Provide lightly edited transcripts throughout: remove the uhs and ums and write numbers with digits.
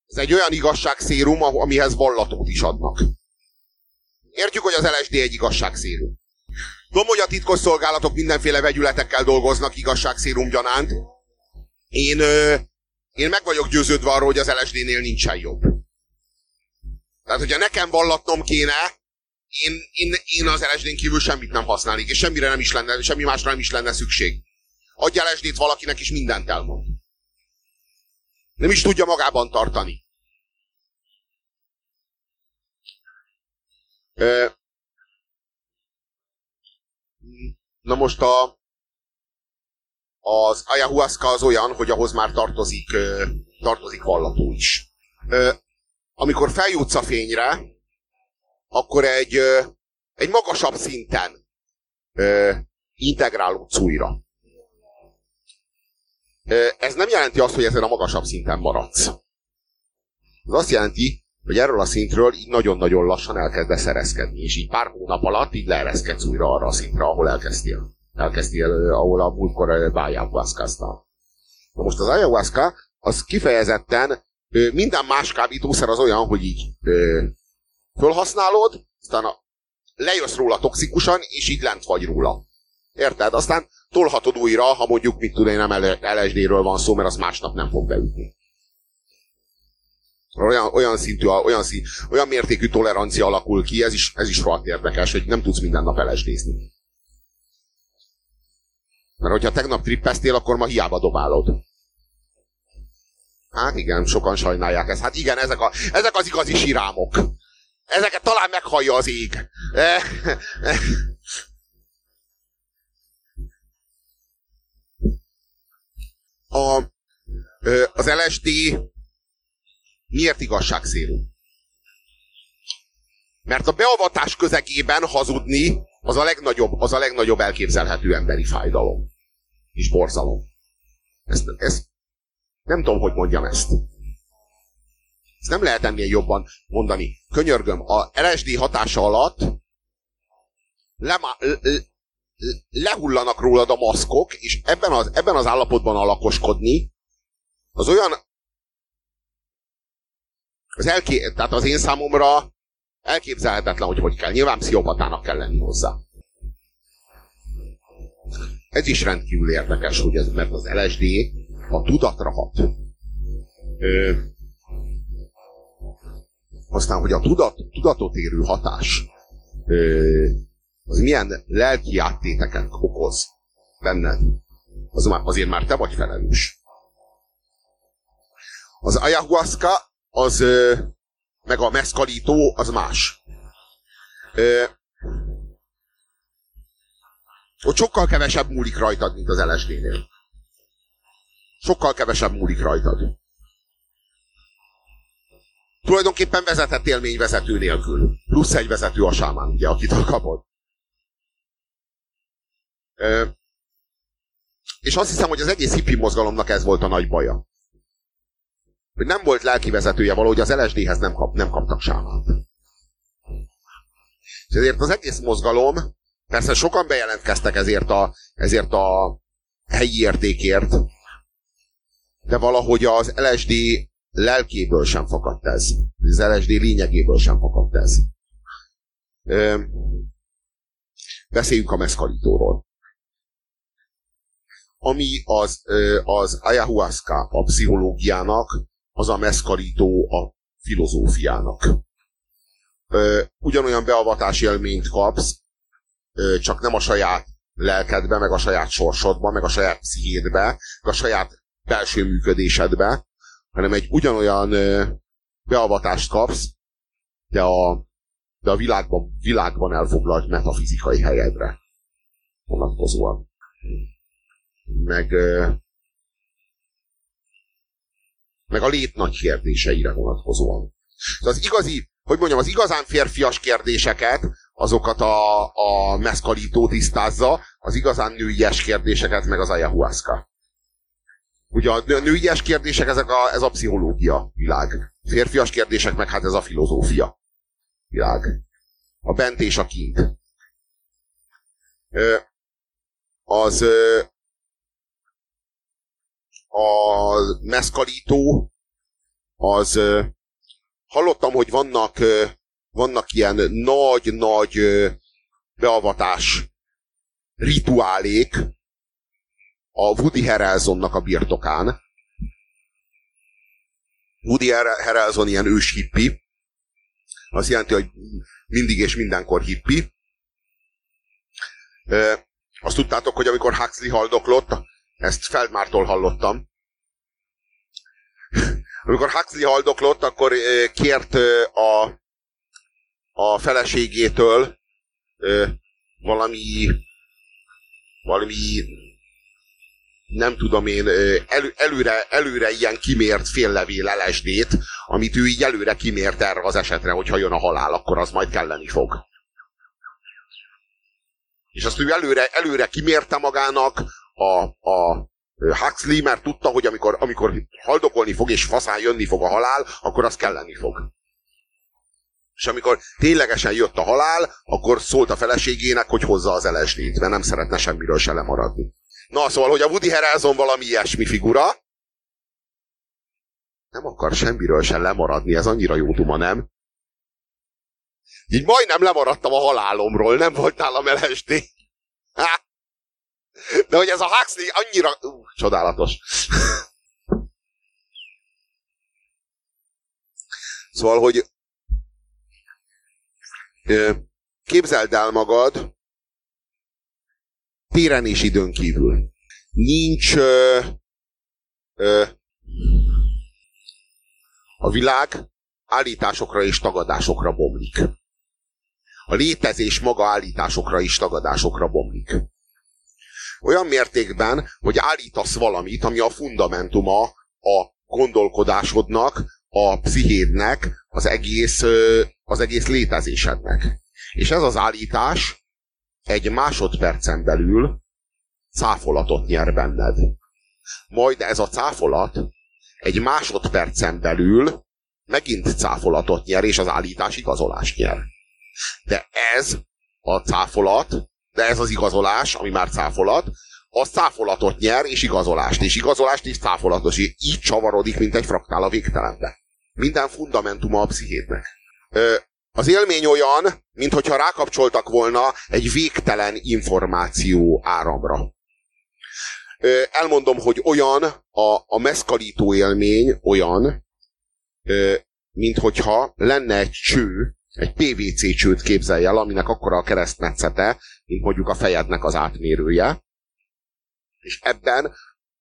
Ez egy olyan igazságszérum, amihez vallatót is adnak. Értjük, hogy az LSD egy igazságszérum. Tudom, hogy a titkosszolgálatok mindenféle vegyületekkel dolgoznak igazságszérum gyanánt. Én meg vagyok győződve arról, hogy az LSD-nél nincsen jobb. Tehát, hogyha nekem vallatnom kéne, én az LSD-n kívül semmit nem használnék, és semmi másra nem is lenne szükség. Adj LSD-t valakinek, és mindent elmond. Nem is tudja magában tartani. Na most az ayahuasca az olyan, hogy ahhoz már tartozik vallató is. Amikor feljutsz a fényre, akkor egy magasabb szinten integrálódsz újra. Ez nem jelenti azt, hogy ezen a magasabb szinten maradsz. Ez azt jelenti, hogy erről a szintről így nagyon-nagyon lassan elkezdesz ereszkedni, és így pár hónap alatt így leereszkedsz újra arra a szintre, ahol elkezdtél, ahol a múltkor ayahuasca-ztál. Na most az ayahuasca, az kifejezetten minden más kábítószer az olyan, hogy így fölhasználod, aztán lejössz róla toxikusan, és így lent vagy róla. Érted? Aztán tolhatod újra, ha mondjuk, mit tudom én, nem LSD-ről van szó, mert az másnap nem fog beütni. Olyan mértékű tolerancia alakul ki, ez is rohadt érdekes, hogy nem tudsz minden nap LSD-zni. Mert hogyha tegnap trippeztél, akkor ma hiába dobálod. Hát igen, sokan sajnálják ezt. Hát igen, ezek az igazi sirámok. Ezeket talán meghallja az ég. Az LSD miért igazságszérum? Mert a beavatás közegében hazudni az a legnagyobb elképzelhető emberi fájdalom. És borzalom. Ezt nem tudom, hogy mondjam ezt. Ezt nem lehet ennél jobban mondani. Könyörgöm, a LSD hatása alatt lehullanak rólad a maszkok, és ebben az állapotban alakoskodni, az olyan, tehát az én számomra elképzelhetetlen, hogy kell. Nyilván pszichopatának kell lenni hozzá. Ez is rendkívül érdekes, hogy mert az LSD a tudatra hat. Aztán, hogy a tudatot érő hatás az milyen lelki áttéteket okoz benned, azért már te vagy felelős. Az ayahuasca meg a mezcalito az más. Ott sokkal kevesebb múlik rajtad, mint az LSD-nél. Sokkal kevesebb múlik rajtad. Tulajdonképpen vezetett élményvezető nélkül. Plusz egy vezető a sámán, ugye, akit kapod. És azt hiszem, hogy az egész hippi mozgalomnak ez volt a nagy baja. Hogy nem volt lelki vezetője, valahogy az LSD-hez nem kaptak sámánt. És ezért az egész mozgalom, persze sokan bejelentkeztek ezért a helyi értékért, de valahogy az LSD lelkéből sem fakadt ez. Az LSD lényegéből sem fakadt ez. Beszéljünk a mezcalitóról. Ami az ayahuasca a pszichológiának, az a mezcalito a filozófiának. Ugyanolyan beavatási élményt kapsz, csak nem a saját lelkedbe, meg a saját sorsodba, meg a saját pszichédbe, meg a saját belső működésedbe, hanem egy ugyanolyan beavatást kapsz, de a világban elfoglalt metafizikai helyedre vonatkozóan. Meg a lét nagy kérdéseire vonatkozóan. Az igazi, hogy mondjam, az igazán férfias kérdéseket, azokat a mezcalito tisztázza, az igazán nőies kérdéseket meg az ayahuasca. Ugye a nőies kérdések, ez a pszichológia világ. Férfias kérdések meg hát ez a filozófia világ. A bent és a kint. A mezcalito az hallottam, hogy vannak ilyen nagy beavatás rituálék a Woody Harrelsonnak a birtokán. Woody Harrelson ilyen ős hippi. Azt jelenti, hogy mindig és mindenkor hippi. Azt tudtátok, hogy amikor Huxley haldoklott, ezt Feldmártól hallottam, amikor Huxley haldoklott, akkor kért a feleségétől valami nem tudom én, előre ilyen kimért féllevél LSD-t, amit ő így előre kimért erre az esetre, hogyha jön a halál, akkor az majd kelleni fog. És azt ő előre kimérte magának a Huxley, mert tudta, hogy amikor haldokolni fog és faszán jönni fog a halál, akkor az kelleni fog. És amikor ténylegesen jött a halál, akkor szólt a feleségének, hogy hozza az LSD-t, mert nem szeretne semmiről se lemaradni. Na, szóval, hogy a Woody Harrelson valami ilyesmi figura, nem akar semmiről se lemaradni, ez annyira jó duma, nem? Így majdnem lemaradtam a halálomról, nem volt nálam LSD. De hogy ez a Huxley annyira... csodálatos. Szóval, hogy képzeld el magad téren és időn kívül. Nincs a világ állításokra és tagadásokra bomlik. A létezés maga állításokra és tagadásokra bomlik. Olyan mértékben, hogy állítasz valamit, ami a fundamentuma a gondolkodásodnak, a pszichédnek, az egész létezésednek. És ez az állítás egy másodpercen belül cáfolatot nyer benned. Majd ez a cáfolat egy másodpercen belül megint cáfolatot nyer, és az állítás igazolást nyer. De ez a cáfolat, de ez az igazolás, ami már cáfolat, az cáfolatot nyer, és igazolást, és cáfolatos. Így csavarodik, mint egy fraktál a végtelenbe. Minden fundamentuma a pszichétnek. Az élmény olyan, minthogyha rákapcsoltak volna egy végtelen információ áramra. Elmondom, hogy olyan, a meszkalító élmény olyan, minthogyha lenne egy cső, egy PVC csőt képzelj el, aminek akkora a keresztmetszete, mint mondjuk a fejednek az átmérője, és ebben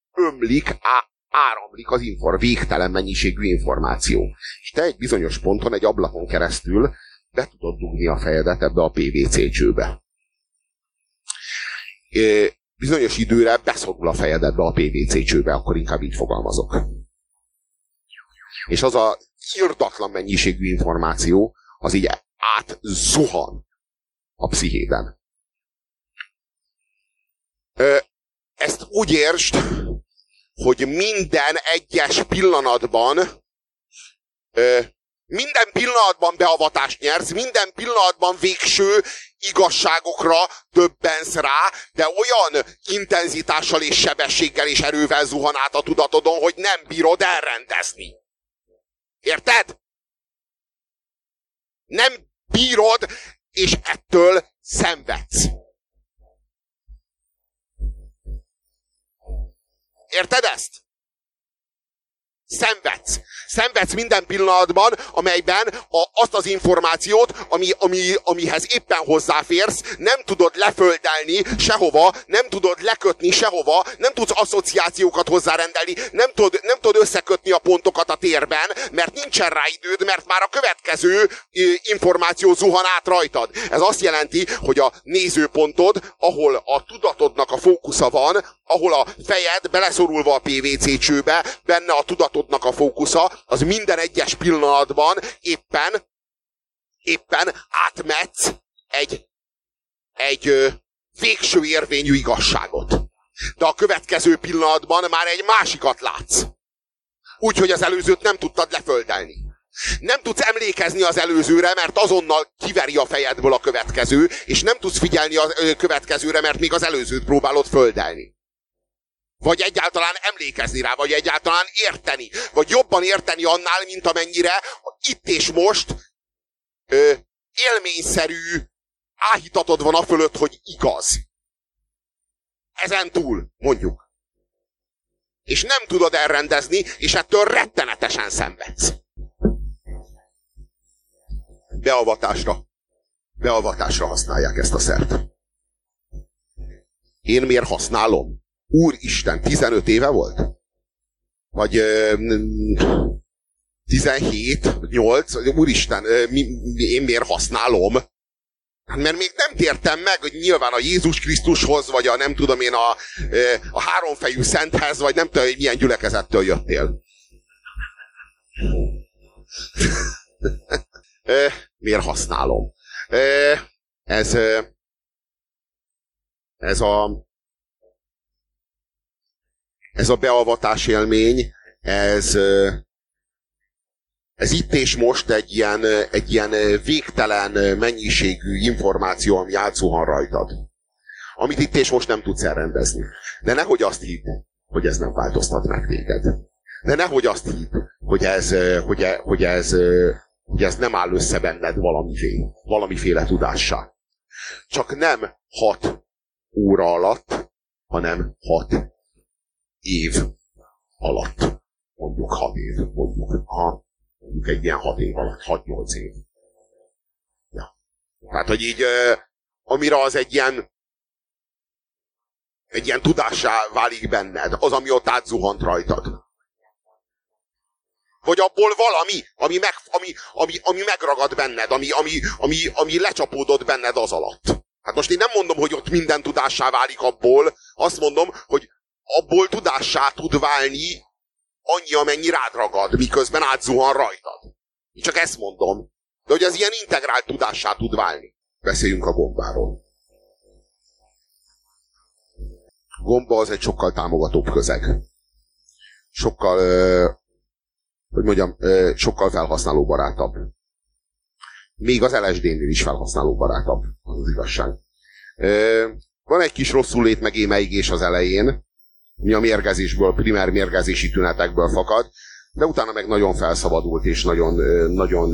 áramlik az végtelen mennyiségű információ. És te egy bizonyos ponton, egy ablakon keresztül be tudod dugni a fejedet ebbe a PVC csőbe. Bizonyos időre beszorul a fejedbe a PVC csőbe, akkor inkább így fogalmazok. És az a irdatlan mennyiségű információ, az így átzuhan a pszichéden. Ezt úgy értsd, hogy minden egyes pillanatban beavatást nyersz, minden pillanatban végső igazságokra döbbensz rá, de olyan intenzitással és sebességgel és erővel zuhan át a tudatodon, hogy nem bírod elrendezni. Érted? Nem bírod, és ettől szenvedsz. Érted ezt? Szenvedsz minden pillanatban, amelyben azt az információt, amihez éppen hozzáférsz, nem tudod leföldelni sehova, nem tudod lekötni sehova, nem tudsz asszociációkat hozzárendelni, nem tudod összekötni a pontokat a térben, mert nincsen rá időd, mert már a következő információ zuhan át rajtad. Ez azt jelenti, hogy a nézőpontod, ahol a tudatodnak a fókusza van, ahol a fejed beleszorulva a PVC csőbe, benne a tudatodnak a fókusza, az minden egyes pillanatban éppen átmetsz egy végső érvényű igazságot. De a következő pillanatban már egy másikat látsz. Úgyhogy az előzőt nem tudtad leföldelni. Nem tudsz emlékezni az előzőre, mert azonnal kiveri a fejedből a következő, és nem tudsz figyelni a következőre, mert még az előzőt próbálod földelni. Vagy egyáltalán emlékezni rá, vagy egyáltalán érteni. Vagy jobban érteni annál, mint amennyire itt és most élményszerű áhítatod van a fölött, hogy igaz. Ezen túl, mondjuk. És nem tudod elrendezni, és ettől rettenetesen szenvedsz. Beavatásra használják ezt a szert. Én miért használom? Úristen, 15 éve volt? Vagy 17, 8? Úristen, én miért használom? Hát mert még nem tértem meg, hogy nyilván a Jézus Krisztushoz, vagy a nem tudom én a háromfejű szenthez, vagy nem tudom, hogy milyen gyülekezettől jöttél. Miért használom? Ez a beavatás élmény, ez itt és most egy ilyen végtelen mennyiségű információ, ami átzuhan rajtad. Amit itt és most nem tudsz elrendezni. De nehogy azt hidd, hogy ez nem változtat meg téged. De nehogy azt hidd, hogy ez nem áll össze benned valamiféle tudássá. Csak nem 6 óra alatt, hanem 6 év alatt. Mondjuk 6 év, mondjuk egy ilyen 6 év alatt, 6-8 év. Ja. Tehát, hogy így, amire az egy ilyen tudássá válik benned, az, ami ott átzuhant rajtad. Vagy abból valami, ami megragad benned, ami lecsapódott benned az alatt. Hát most én nem mondom, hogy ott minden tudássá válik abból, azt mondom, hogy abból tudássá tud válni annyi, amennyi rád ragad, miközben átzuhan rajtad. Én csak ezt mondom. De hogy az ilyen integrált tudássá tud válni. Beszéljünk a gombáról. A gomba az egy sokkal támogatóbb közeg. Sokkal felhasználóbarátabb. Még az LSD-nél is felhasználóbarátabb, az igazság. Van egy kis rosszul meg émeigés az elején, mi a mérgezésből, primer mérgezési tünetekből fakad, de utána meg nagyon felszabadult, és nagyon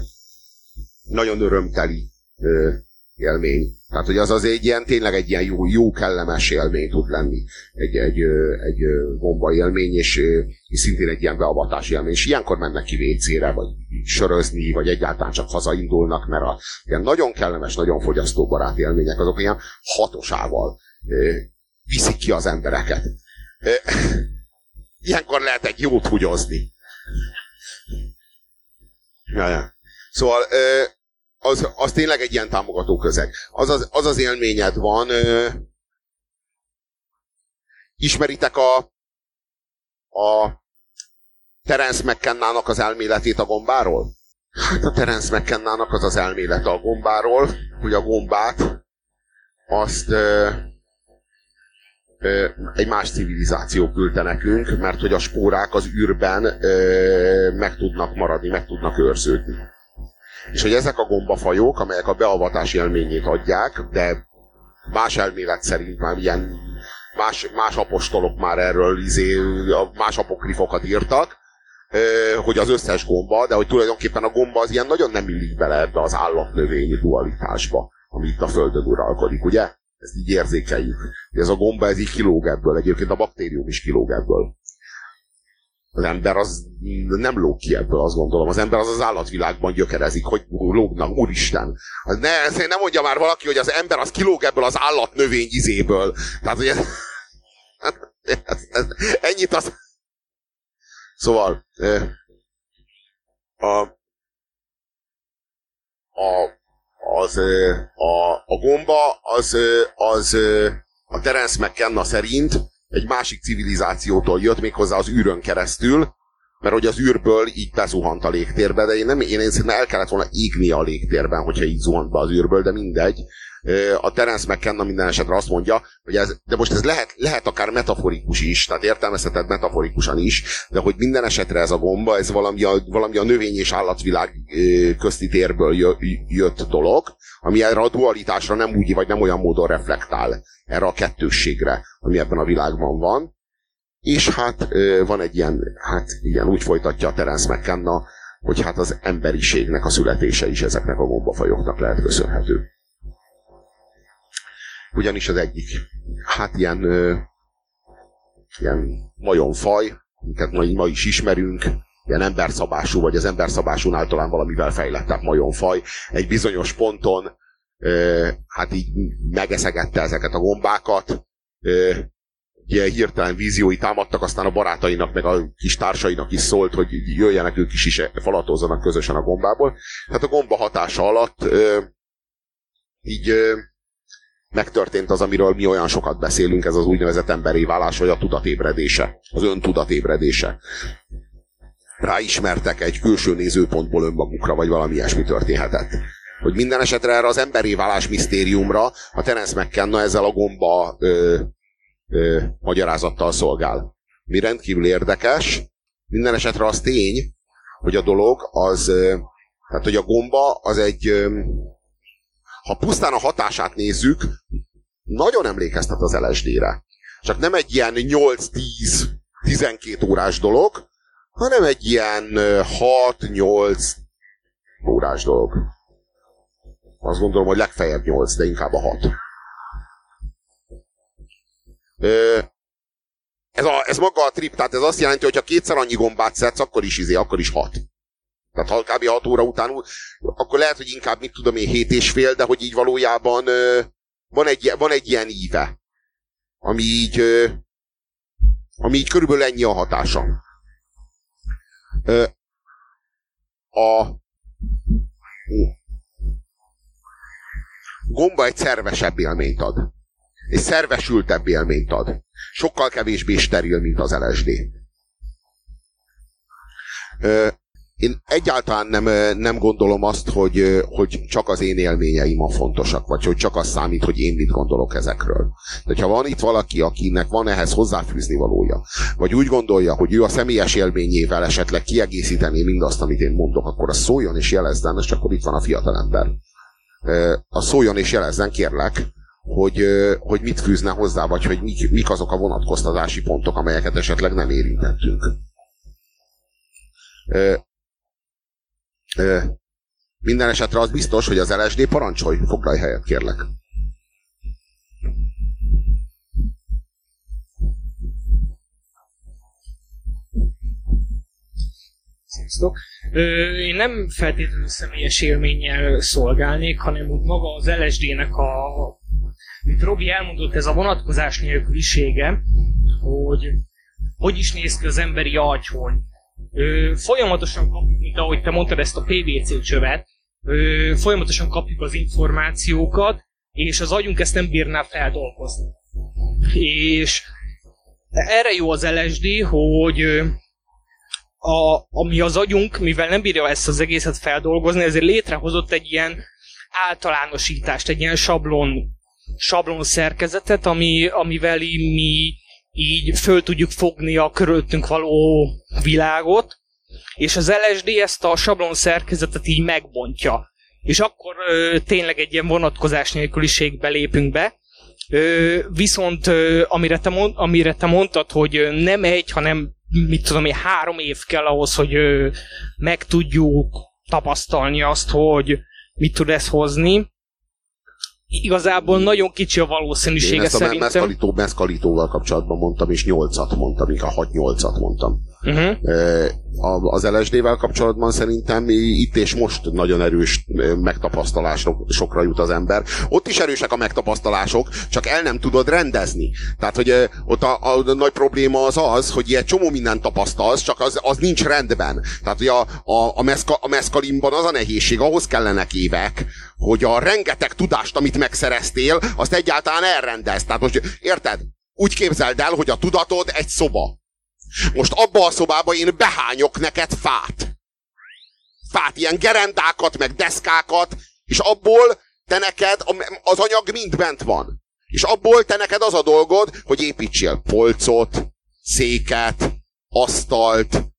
örömteli élmény. Tehát, hogy az tényleg egy ilyen jó kellemes élmény tud lenni. Egy gomba élmény, és szintén egy ilyen beavatás élmény. És ilyenkor mennek ki vécére, vagy sörözni, vagy egyáltalán csak hazaindulnak, mert ilyen nagyon kellemes, nagyon fogyasztóbarát élmények, azok ilyen hatosával viszik ki az embereket. Ilyenkor lehet egy jót húgyozni. Ja. Szóval az tényleg egy ilyen támogató közeg. Az élményed van. Ismeritek a Terence McKenna-nak az elméletét a gombáról? Hát a Terence McKenna-nak az elmélete a gombáról, hogy a gombát azt egy más civilizáció küldte nekünk, mert hogy a spórák az űrben meg tudnak maradni, meg tudnak őrződni. És hogy ezek a gombafajok, amelyek a beavatás élményét adják, de más elmélet szerint már ilyen más apostolok már erről más apokrifokat írtak, hogy az összes gomba, de hogy tulajdonképpen a gomba az ilyen nagyon nem illik bele ebbe az állatnövényi dualitásba, ami itt a Földön uralkodik, ugye? Ezt így érzékeljük. Ez a gomba, ez így kilóg ebből. Egyébként a baktérium is kilóg ebből. Az ember az nem lóg ki ebből, azt gondolom. Az ember az állatvilágban gyökerezik, hogy lógnak, úristen. Nem mondja már valaki, hogy az ember az kilóg ebből az állatnövény izéből. Tehát, hogy ennyit az... Szóval a gomba az a Terence McKenna szerint egy másik civilizációtól jött, méghozzá az űrön keresztül, mert hogy az űrből így bezuhant a légtérbe, de én szerintem el kellett volna égni a légtérben, hogyha így zuhant be az űrből, de mindegy. A Terence McKenna minden esetre azt mondja, hogy de most ez lehet akár metaforikus is, tehát értelmezheted metaforikusan is, de hogy minden esetre ez a gomba, ez valami a növény és állatvilág közti térből jött dolog, ami erre a dualitásra nem úgy, vagy nem olyan módon reflektál, erre a kettősségre, ami ebben a világban van, És hát van egy ilyen, hát igen, úgy folytatja a Terence McKenna, hogy hát az emberiségnek a születése is ezeknek a gombafajoknak lehet köszönhető. Ugyanis az egyik, hát ilyen majomfaj, amiket ma is ismerünk, ilyen emberszabású, vagy az emberszabásúnál talán valamivel fejlettebb majomfaj, egy bizonyos ponton hát így megeszegette ezeket a gombákat, ilyen hirtelen víziói támadtak, aztán a barátainak, meg a kis társainak is szólt, hogy jöjjenek ők is falatozzanak közösen a gombából. Hát a gomba hatása alatt így megtörtént az, amiről mi olyan sokat beszélünk, ez az úgynevezett emberi válás, vagy a tudatébredése, az öntudatébredése. Ráismertek egy külső nézőpontból önmagukra, vagy valami ilyesmi történhetett. Hogy minden esetre erre az emberi válás misztériumra a Terence McKenna ezzel a gomba magyarázattal szolgál. Mi rendkívül érdekes, minden esetre az tény, hogy a dolog az, tehát hogy a gomba az egy, ha pusztán a hatását nézzük, nagyon emlékeztet az LSD-re. Csak nem egy ilyen 8-10-12 órás dolog, hanem egy ilyen 6-8 órás dolog. Azt gondolom, hogy legfeljebb 8, de inkább a 6. Ez maga a trip, tehát ez azt jelenti, hogy ha kétszer annyi gombát szedsz, akkor is 6. Tehát ha kb. 6 óra után, akkor lehet, hogy inkább, mit tudom én, 7,5, de hogy így valójában van egy ilyen íve, ami így körülbelül ennyi a hatása. A gomba egy szervesebb élményt ad. Egy szervesültebb élményt ad. Sokkal kevésbé steril, mint az LSD. Én egyáltalán nem gondolom azt, hogy csak az én élményeim a fontosak, vagy hogy csak az számít, hogy én mit gondolok ezekről. De ha van itt valaki, akinek van ehhez hozzáfűzni valója, vagy úgy gondolja, hogy ő a személyes élményével esetleg kiegészíteni mindazt, amit én mondok, akkor az szóljon és jelezzen, és akkor itt van a fiatalember. Az szóljon és jelezzen, kérlek, hogy mit fűzne hozzá, vagy hogy mik azok a vonatkoztatási pontok, amelyeket esetleg nem érintettünk. Minden esetre az biztos, hogy az LSD parancsolj, foglalj helyet, kérlek. Sziasztok! Én nem feltétlenül személyes élménnyel szolgálnék, hanem úgy maga az LSD-nek mint Robi elmondott, ez a vonatkozás nélkülisége, hogy is néz ki az emberi agy, hogy folyamatosan kapjuk, mint ahogy te mondtad ezt a PVC csövet, folyamatosan kapjuk az információkat, és az agyunk ezt nem bírná feldolgozni. És erre jó az LSD, hogy ami az agyunk, mivel nem bírja ezt az egészet feldolgozni, ezért létrehozott egy ilyen általánosítást, egy ilyen sablon szerkezetet, amivel mi így föl tudjuk fogni a körülöttünk való világot, és az LSD ezt a sablon szerkezetet így megbontja. És akkor tényleg egy ilyen vonatkozás nélküliségbe lépünk be. Viszont amire te mondtad, hogy nem egy, hanem mit tudom én, 3 év kell ahhoz, hogy meg tudjuk tapasztalni azt, hogy mit tud ez hozni. Igazából nagyon kicsi a valószínűsége szerintem. Én ezt a meszkalítóval kapcsolatban mondtam, és 8-at mondtam, inkább 6-8-at mondtam. Az LSD-vel kapcsolatban szerintem itt és most nagyon erős megtapasztalásokra jut az ember. Ott is erősek a megtapasztalások, csak el nem tudod rendezni. Tehát, hogy ott a nagy probléma az, hogy ilyen csomó mindent tapasztalsz, csak az nincs rendben. Tehát, hogy a meszkalimban az a nehézség, ahhoz kellenek évek, hogy a rengeteg tudást, amit megszereztél, azt egyáltalán elrendez. Tehát most, érted? Úgy képzeld el, hogy a tudatod egy szoba. Most abba a szobába én behányok neked fát. Fát, ilyen gerendákat, meg deszkákat, és abból te neked az anyag mind bent van. És abból te neked az a dolgod, hogy építsél polcot, széket, asztalt,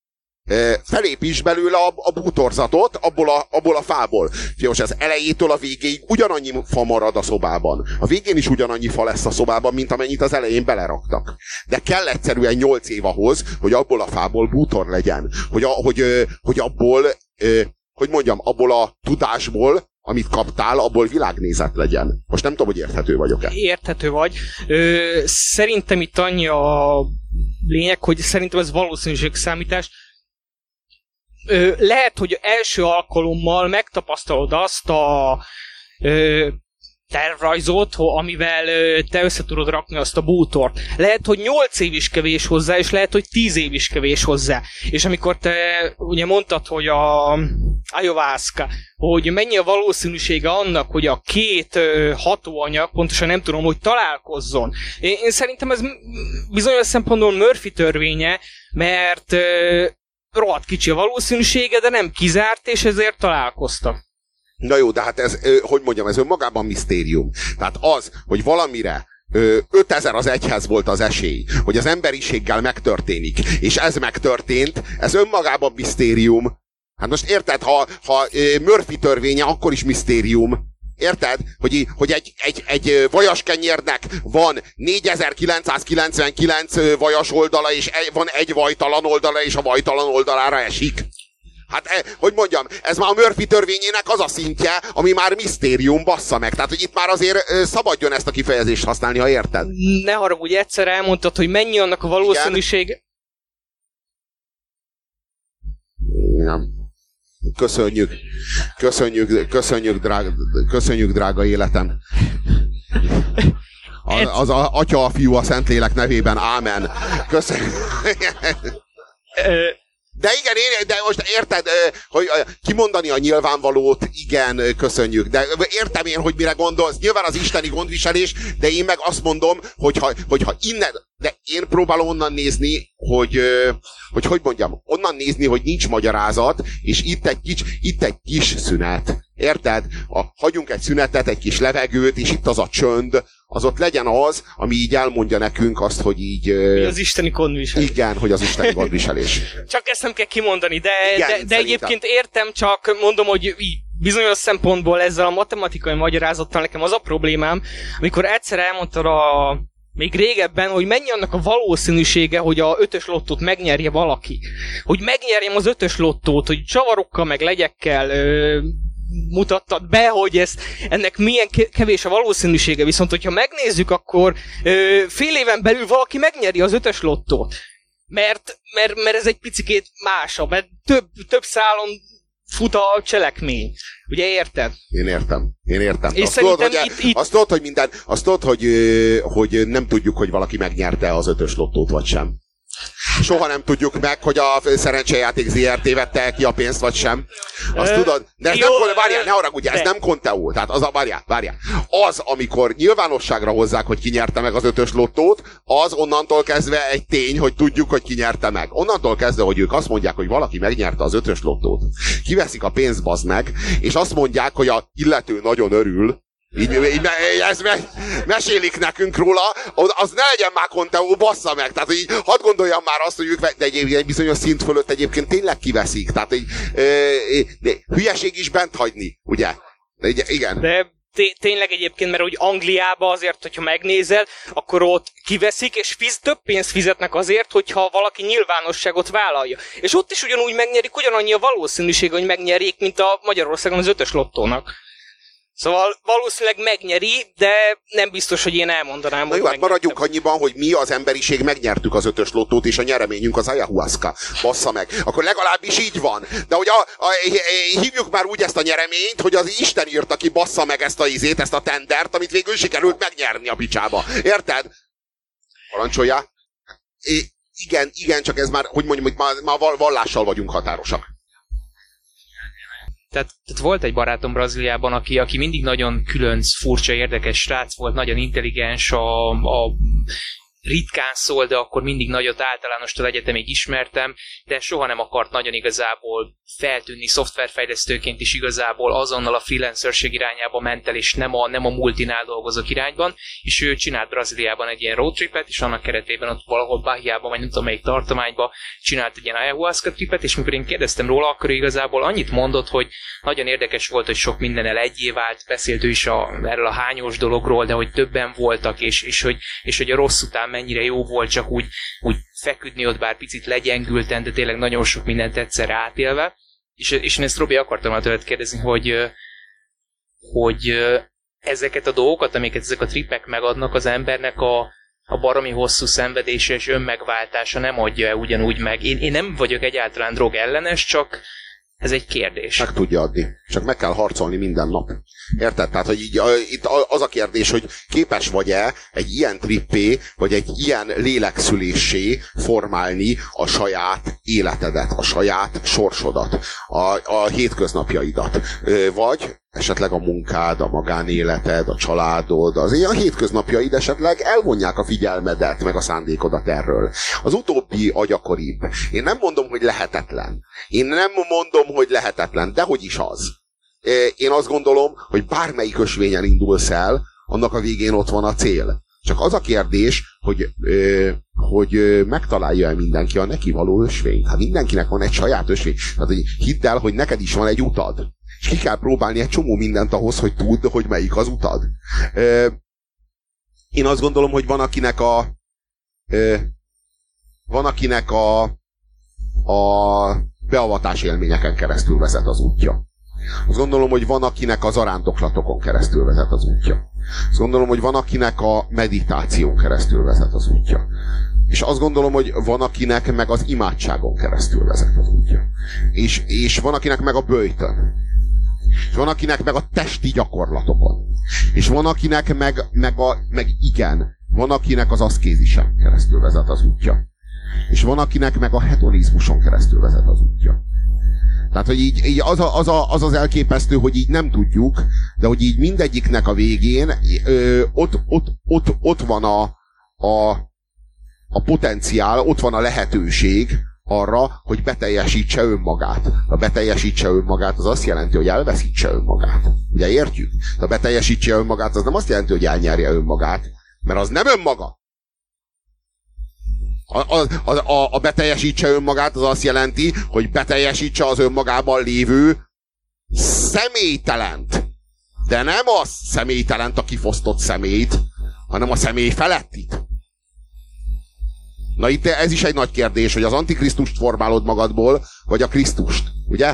felépíts belőle a bútorzatot abból a fából. Figyelj, az elejétől a végéig ugyanannyi fa marad a szobában. A végén is ugyanannyi fa lesz a szobában, mint amennyit az elején beleraktak. De kell egyszerűen 8 év ahhoz, hogy abból a fából bútor legyen. Hogy abból, hogy mondjam, abból a tudásból, amit kaptál, abból világnézet legyen. Most nem tudom, hogy érthető vagyok-e. Érthető vagy. Szerintem itt annyi a lényeg, hogy szerintem ez valószínűségszámítás. Lehet, hogy első alkalommal megtapasztalod azt a tervrajzot, amivel te össze tudod rakni azt a bútort. Lehet, hogy 8 év is kevés hozzá, és lehet, hogy 10 év is kevés hozzá. És amikor te ugye mondtad, hogy a ayahuasca, hogy mennyi a valószínűsége annak, hogy a két hatóanyag, pontosan nem tudom, hogy találkozzon. Én szerintem ez bizonyos szempontból Murphy törvénye, mert rohadt kicsi a valószínűsége, de nem kizárt, és ezért találkoztak. Na jó, de hát ez, hogy mondjam, ez önmagában misztérium. Tehát az, hogy valamire 5000 az egyhez volt az esély, hogy az emberiséggel megtörténik, és ez megtörtént, ez önmagában misztérium. Hát most érted, ha Murphy törvénye, akkor is misztérium. Érted? Hogy egy vajaskenyérnek van 4999 vajas oldala, és van egy vajtalan oldala, és a vajtalan oldalára esik. Hát, hogy mondjam, ez már a Murphy törvényének az a szintje, ami már misztérium, bassza meg. Tehát, hogy itt már azért szabadjon ezt a kifejezést használni, ha érted. Ne haragudj, egyszer elmondtad, hogy mennyi annak a valószínűség. Igen. Köszönjük, drága életem. Az Atya, a Fiú, a Szentlélek nevében, ámen. Köszönjük. De igen, de most érted, hogy kimondani a nyilvánvalót, igen, köszönjük. De értem én, hogy mire gondolsz. Nyilván az isteni gondviselés, de én meg azt mondom, hogyha innen, de én próbálom onnan nézni, hogy mondjam, onnan nézni, hogy nincs magyarázat, és itt egy kis szünet. Érted? Hagyjunk egy szünetet, egy kis levegőt, és itt az a csönd, az ott legyen az, ami így elmondja nekünk azt, hogy így... Az isteni gondviselés. Igen, hogy az isteni gondviselés. Csak ezt nem kell kimondani, de egyébként értem, csak mondom, hogy bizonyos szempontból ezzel a matematikai magyarázattal nekem az a problémám, amikor egyszer elmondtad még régebben, hogy mennyi annak a valószínűsége, hogy a 5-ös lottót megnyerje valaki. Hogy megnyerjem az 5-ös lottót, hogy csavarokkal meg legyekkel mutattad be, hogy ennek milyen kevés a valószínűsége. Viszont, hogyha megnézzük, akkor fél éven belül valaki megnyeri az 5-ös lottót. Mert ez egy picikét másabb, mert több szálon fut a cselekmény. Ugye érted? Én értem. És azt tudod, hogy nem tudjuk, hogy valaki megnyerte az 5-ös lottót, vagy sem. Soha nem tudjuk meg, hogy a szerencsejáték ZRT vette ki a pénzt, vagy sem. Azt tudod? De ez várjál, ne haragudj, ez nem Conteo. Tehát várjál. Az, amikor nyilvánosságra hozzák, hogy ki nyerte meg az 5-ös lottót, az onnantól kezdve egy tény, hogy tudjuk, hogy ki nyerte meg. Onnantól kezdve, hogy ők azt mondják, hogy valaki megnyerte az 5-ös lottót, kiveszik a pénzt, bazd meg, és azt mondják, hogy a illető nagyon örül, így ezt mesélik nekünk róla, az ne legyen már Conteo, bassza meg. Tehát, hogy hadd gondoljam már azt, hogy ők de egy bizonyos szint fölött egyébként tényleg kiveszik. Tehát, de hülyeség is bent hagyni, ugye? De igen. De tényleg egyébként, mert hogy Angliában azért, hogyha megnézel, akkor ott kiveszik, és több pénzt fizetnek azért, hogyha valaki nyilvánosságot vállalja. És ott is ugyanúgy megnyerik, ugyanannyi a valószínűség, hogy megnyerjék, mint a Magyarországon az 5-ös lottónak. Szóval valószínűleg megnyeri, de nem biztos, hogy én elmondanám, hogy hát maradjunk annyiban, hogy mi az emberiség megnyertük az 5-ös lottót, és a nyereményünk az ayahuasca. Bassza meg. Akkor legalábbis így van. De hogy hívjuk már úgy ezt a nyereményt, hogy az Isten írta ki, bassza meg ezt a tendert, amit végül sikerült megnyerni a picsába. Érted? Parancsoljál? Igen, csak ez már, hogy mondjam, hogy már vallással vagyunk határosak. Tehát volt egy barátom Brazíliában, aki mindig nagyon különc, furcsa, érdekes srác volt, nagyon intelligens, ritkán szól, de akkor mindig nagyot általánostól egyetemig ismertem, de soha nem akart nagyon igazából feltűnni szoftverfejlesztőként is, igazából azonnal a freelancerség irányába ment el, és nem a multinál dolgozók irányban, és ő csinált Brazíliában egy ilyen roadtripet, és annak keretében ott valahol Bahiában, vagy nem tudom melyik tartományban csinált egy ilyen ayahuasca tripet, és mikor én kérdeztem róla, akkor igazából annyit mondott, hogy nagyon érdekes volt, hogy sok mindennel egyé vált, beszélt ő is erről a hányós dologról, de hogy többen voltak, és hogy a rossz után mennyire jó volt csak úgy feküdni ott, bár picit legyengülten, de tényleg nagyon sok mindent egyszerre átélve. És én ezt, Robi, akartam tőled kérdezni, hogy ezeket a dolgokat, amiket ezek a tripek megadnak az embernek, a baromi hosszú szenvedése és önmegváltása nem adja ugyanúgy meg. Én nem vagyok egyáltalán drog ellenes, csak ez egy kérdés. Meg tudja adni. Csak meg kell harcolni minden nap. Érted? Tehát, hogy így, itt az a kérdés, hogy képes vagy-e egy ilyen trippé, vagy egy ilyen lélekszülésé formálni a saját életedet, a saját sorsodat, a hétköznapjaidat. Vagy esetleg a munkád, a magánéleted, a családod, az ilyen hétköznapjaid esetleg elvonják a figyelmedet, meg a szándékodat erről. Az utóbbi agyakoribb. Én nem mondom, hogy lehetetlen. De hogy is az. Én azt gondolom, hogy bármelyik ösvényen indulsz el, annak a végén ott van a cél. Csak az a kérdés, hogy megtalálja-e mindenki a neki való ösvényt. Hát mindenkinek van egy saját ösvény. Tehát, hogy hidd el, hogy neked is van egy utad. És ki kell próbálni egy csomó mindent ahhoz, hogy tudd, hogy melyik az utad. Én azt gondolom, hogy van akinek a beavatás élményeken keresztül vezet az útja. Azt gondolom, hogy van, akinek a zarándoklatokon keresztül vezet az útja. Azt gondolom, hogy van, akinek a meditáción keresztül vezet az útja. És azt gondolom, hogy van, akinek meg az imádságon keresztül vezet az útja. És van, akinek meg a böjtön. És van, akinek meg a testi gyakorlatokon. És van, akinek meg igen, van, akinek az aszkézisen keresztül vezet az útja. És van, akinek meg a hedonizmuson keresztül vezet az útja. Tehát, hogy így az elképesztő, hogy így nem tudjuk, de hogy így mindegyiknek a végén ott van a potenciál, ott van a lehetőség arra, hogy beteljesítse önmagát. A beteljesítse önmagát az azt jelenti, hogy elveszítse önmagát. Ugye értjük? A beteljesítse önmagát az nem azt jelenti, hogy elnyerje önmagát, mert az nem önmaga. A beteljesítse önmagát az azt jelenti, hogy beteljesítse az önmagában lévő személytelent. De nem a személytelent, a kifosztott személyt, hanem a személy felettit. Na itt ez is egy nagy kérdés, hogy az antikrisztust formálod magadból, vagy a Krisztust, ugye?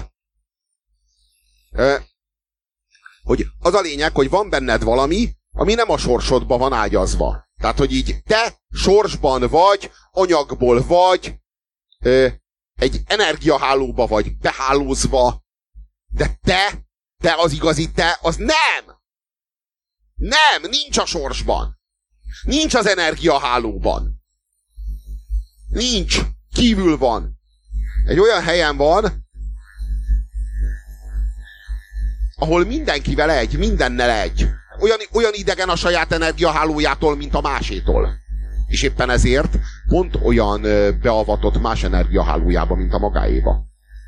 Hogy az a lényeg, hogy van benned valami, ami nem a sorsodba van ágyazva. Tehát, hogy így te sorsban vagy, anyagból vagy, egy energiahálóba vagy behálózva, de te az igazi te, az nem! Nem, nincs a sorsban. Nincs az energiahálóban. Nincs, kívül van. Egy olyan helyen van, ahol mindenkivel egy, mindennel egy. Olyan idegen a saját energiahálójától, mint a másétól. És éppen ezért pont olyan beavatott más energiahálójába, mint a magáéba.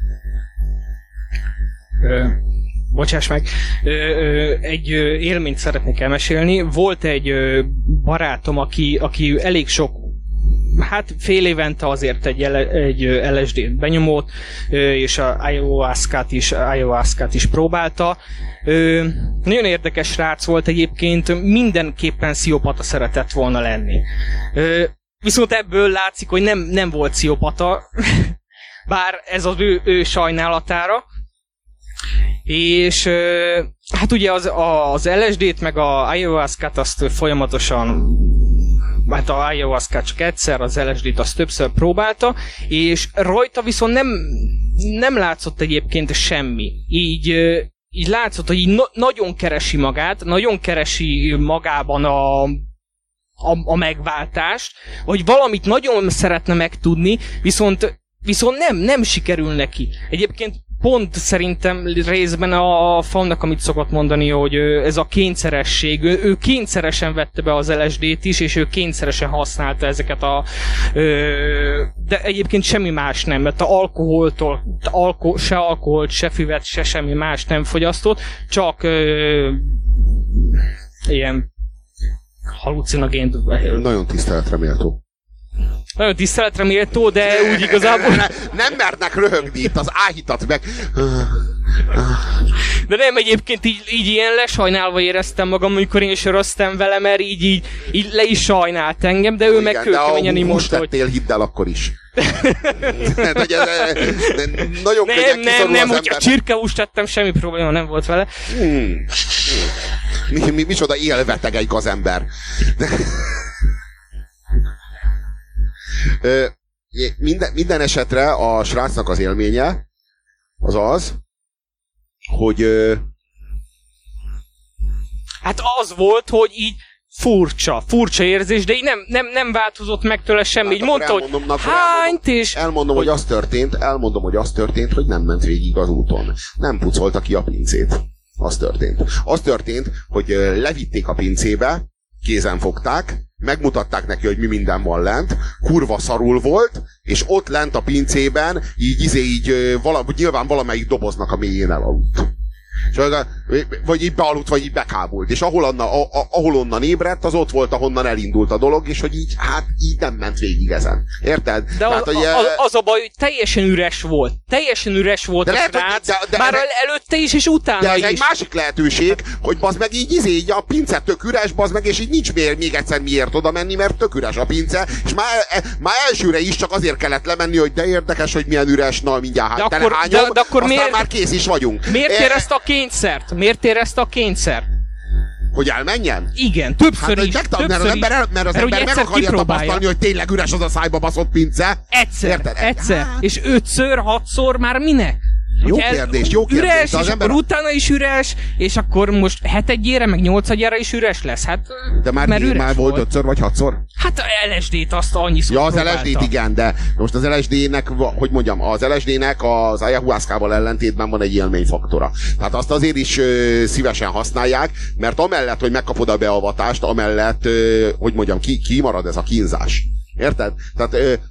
Bocsáss meg, egy élményt szeretnék elmesélni. Volt egy barátom, aki elég sok, hát fél évente azért egy LSD-t benyomott, és a ayahuascát is próbálta. Nagyon érdekes srác volt egyébként, mindenképpen pszichopata szeretett volna lenni. Viszont ebből látszik, hogy nem volt pszichopata, bár ez az ő sajnálatára. És hát ugye az LSD-t meg a ayahuascát azt folyamatosan, hát a ayahuascát csak egyszer, az LSD-t azt többször próbálta, és rajta viszont nem látszott egyébként semmi. Így látszott, hogy így nagyon keresi magát, nagyon keresi magában a megváltást, vagy valamit nagyon szeretne megtudni, viszont nem sikerül neki. Egyébként pont szerintem részben a Faunnak, amit szokott mondani, hogy ez a kényszeresség, ő kényszeresen vette be az LSD-t is, és ő kényszeresen használta ezeket de egyébként semmi más nem, mert a se alkoholt, se füvet, se semmi más nem fogyasztott, csak ilyen halucinogént. Nagyon tiszteletre méltó. Nagyon tiszteletre méltó, de úgy igazából... Nem mernek röhögni itt, az áhítat meg... De nem, egyébként így ilyen lesajnálva éreztem magam, amikor én söröztem vele, mert így le is sajnált engem, de ő meg kőkeményen imotta, hogy... tettél, hidd el akkor is. Nagyon könnyen kiszorul nem, az hogyha ember. csirkehúst tettem, semmi probléma nem volt vele. Micsoda élveteg egy gazember. Minden esetre a srácnak az élménye az, hogy... Hát az volt, hogy így furcsa érzés, de így nem változott meg tőle semmi. Így mondta, hogy hányt, és... Elmondom, hogy az történt, hogy nem ment végig az úton. Nem pucolta ki a pincét. Az történt, hogy levitték a pincébe, kézen fogták, megmutatták neki, hogy mi minden van lent, kurva szarul volt, és ott lent a pincében nyilván valamelyik doboznak a mélyén elaludt. Vagy így bealudt, vagy így bekábult. És ahol onnan ébredt, az ott volt, ahonnan elindult a dolog, és hogy így nem ment végig ezen. Érted? De az a baj, hogy teljesen üres volt. De a srác, már előtte is, és utána de ez is. egy másik lehetőség, hogy bazd meg így a pince tök üres, bazd meg, és így nincs még egyszer miért oda menni, mert tök üres a pince, és már elsőre is csak azért kellett lemenni, hogy de érdekes, hogy milyen üres, na mindjárt telehányom, aztán már kész is vagyunk. Miért érezte a kényszert? Miért érezte a kényszert? Hogy elmenjen? Igen, többször is. Mert az ember meg akarja tapasztalni, hogy tényleg üres az a szájba baszott pince. Egyszer. És 5-ször, 6-szor már minek? Jó kérdés. Üres, és akkor utána is üres, és akkor most 7-ére, meg 8-ára is üres lesz. Hát, de már volt 5-ször vagy 6-szor? Hát a LSD-t azt annyiszor ja, az próbálta. LSD-t igen, de most az LSD-nek, hogy mondjam, az LSD-nek az ayahuasca-val ellentétben van egy élményfaktora. Tehát azt azért is szívesen használják, mert amellett, hogy megkapod a beavatást, amellett, hogy mondjam, kimarad ez a kínzás. Érted? Tehát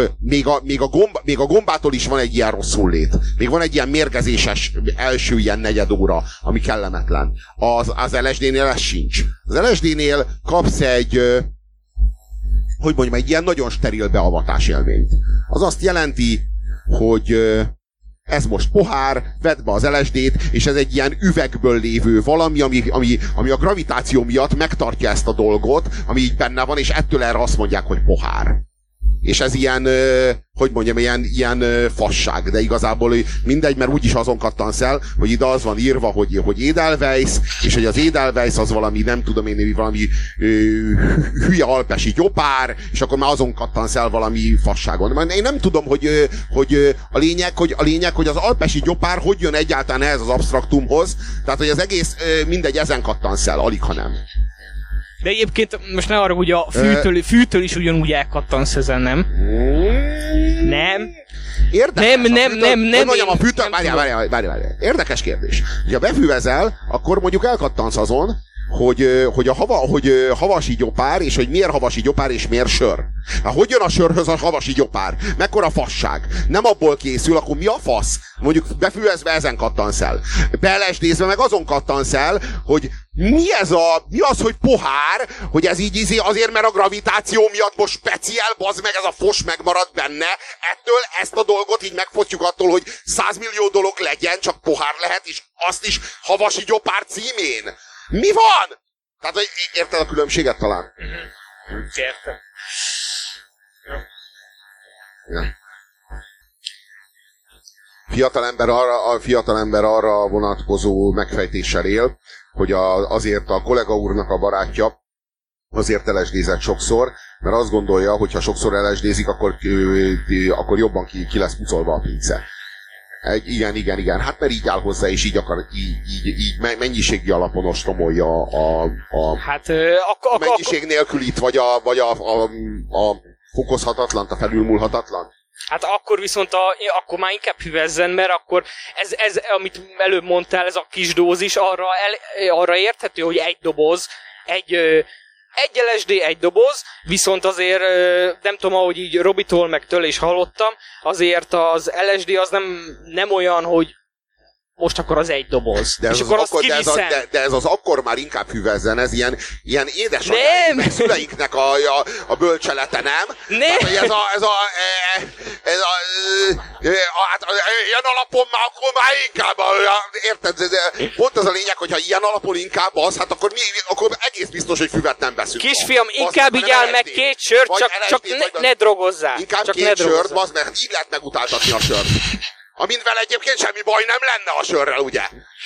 még a gombától is van egy ilyen rosszullét. Még van egy ilyen mérgezéses első ilyen negyed óra, ami kellemetlen. Az LSD-nél ez sincs. Az LSD-nél kapsz egy egy ilyen nagyon steril beavatás élményt. Az azt jelenti, hogy ez most pohár, vedd be az LSD-t, és ez egy ilyen üvegből lévő valami, ami a gravitáció miatt megtartja ezt a dolgot, ami így benne van, és ettől erre azt mondják, hogy pohár. És ez ilyen, ilyen fasság, de igazából mindegy, mert úgyis azon kattansz el, hogy ide az van írva, hogy Edelweiss, és hogy az Edelweiss az valami, nem tudom én, valami hülye alpesi gyopár, és akkor már azon kattansz el valami fasságon. Én nem tudom, hogy a lényeg, hogy az alpesi gyopár hogy jön egyáltalán ehhez az absztraktumhoz, tehát hogy az egész mindegy, ezen kattansz el, alig ha nem. De egyébként most ne arra, hogy a fűtől is ugyanúgy elkattansz ezen, nem? Nem. Érdekes. Nem. Mondjam, a fűtől... Várjál. Érdekes kérdés. Ha befűvezel, akkor mondjuk elkattansz azon, hogy havasi gyopár, és hogy miért havasi gyopár, és miért sör. Hát hogy jön a sörhöz a havasi gyopár? Mekkora fasság? Nem abból készül, akkor mi a fasz? Mondjuk befűvezve ezen kattansz el. Belesdézve meg azon kattansz el, hogy mi az, hogy pohár, hogy ez így azért, mert a gravitáció miatt most speciál, bazd meg, ez a fos megmarad benne, ettől ezt a dolgot így megfotjuk attól, hogy 100 millió dolog legyen, csak pohár lehet, és azt is havasi gyopár címén. Mi van? Tehát, hogy érted a különbséget talán? Értem. Ja. Fiatalember arra vonatkozó megfejtéssel él, hogy azért a kollega úrnak a barátja azért LSD-zett sokszor, mert azt gondolja, hogy ha sokszor LSD-zik, akkor jobban ki lesz pucolva a pince. Igen. Hát mert így áll hozzá, és így akar, így mennyiségi alapon ostromolja a mennyiség nélkül itt, vagy a fokozhatatlant, a felülmúlhatatlan. Hát akkor viszont akkor már inkább hüvezzen, mert akkor ez amit előbb mondtál, ez a kis dózis, arra érthető, hogy egy doboz, egy LSD, egy doboz, viszont azért nem tudom, ahogy így Robitól meg tőle is hallottam, azért az LSD az nem olyan, hogy most akkor az egy doboz. De ez, és akkor akkor, de ez az akkor már inkább hüvezzen, ez ilyen édesanyáink, szüleinknek a bölcselete, nem? Nem! Hát, ilyen alapon már akkor már inkább, érted? Pont az a lényeg, hogyha ilyen alapon inkább az, hát akkor egész biztos, hogy füvet nem veszünk. Kisfiam, inkább így áll meg 2 sört, csak ne drogozzál. Inkább 2 sört, bazd meg, így lehet megutáltatni a sört. Amivel egyébként semmi baj nem lenne a sörrel, ugye?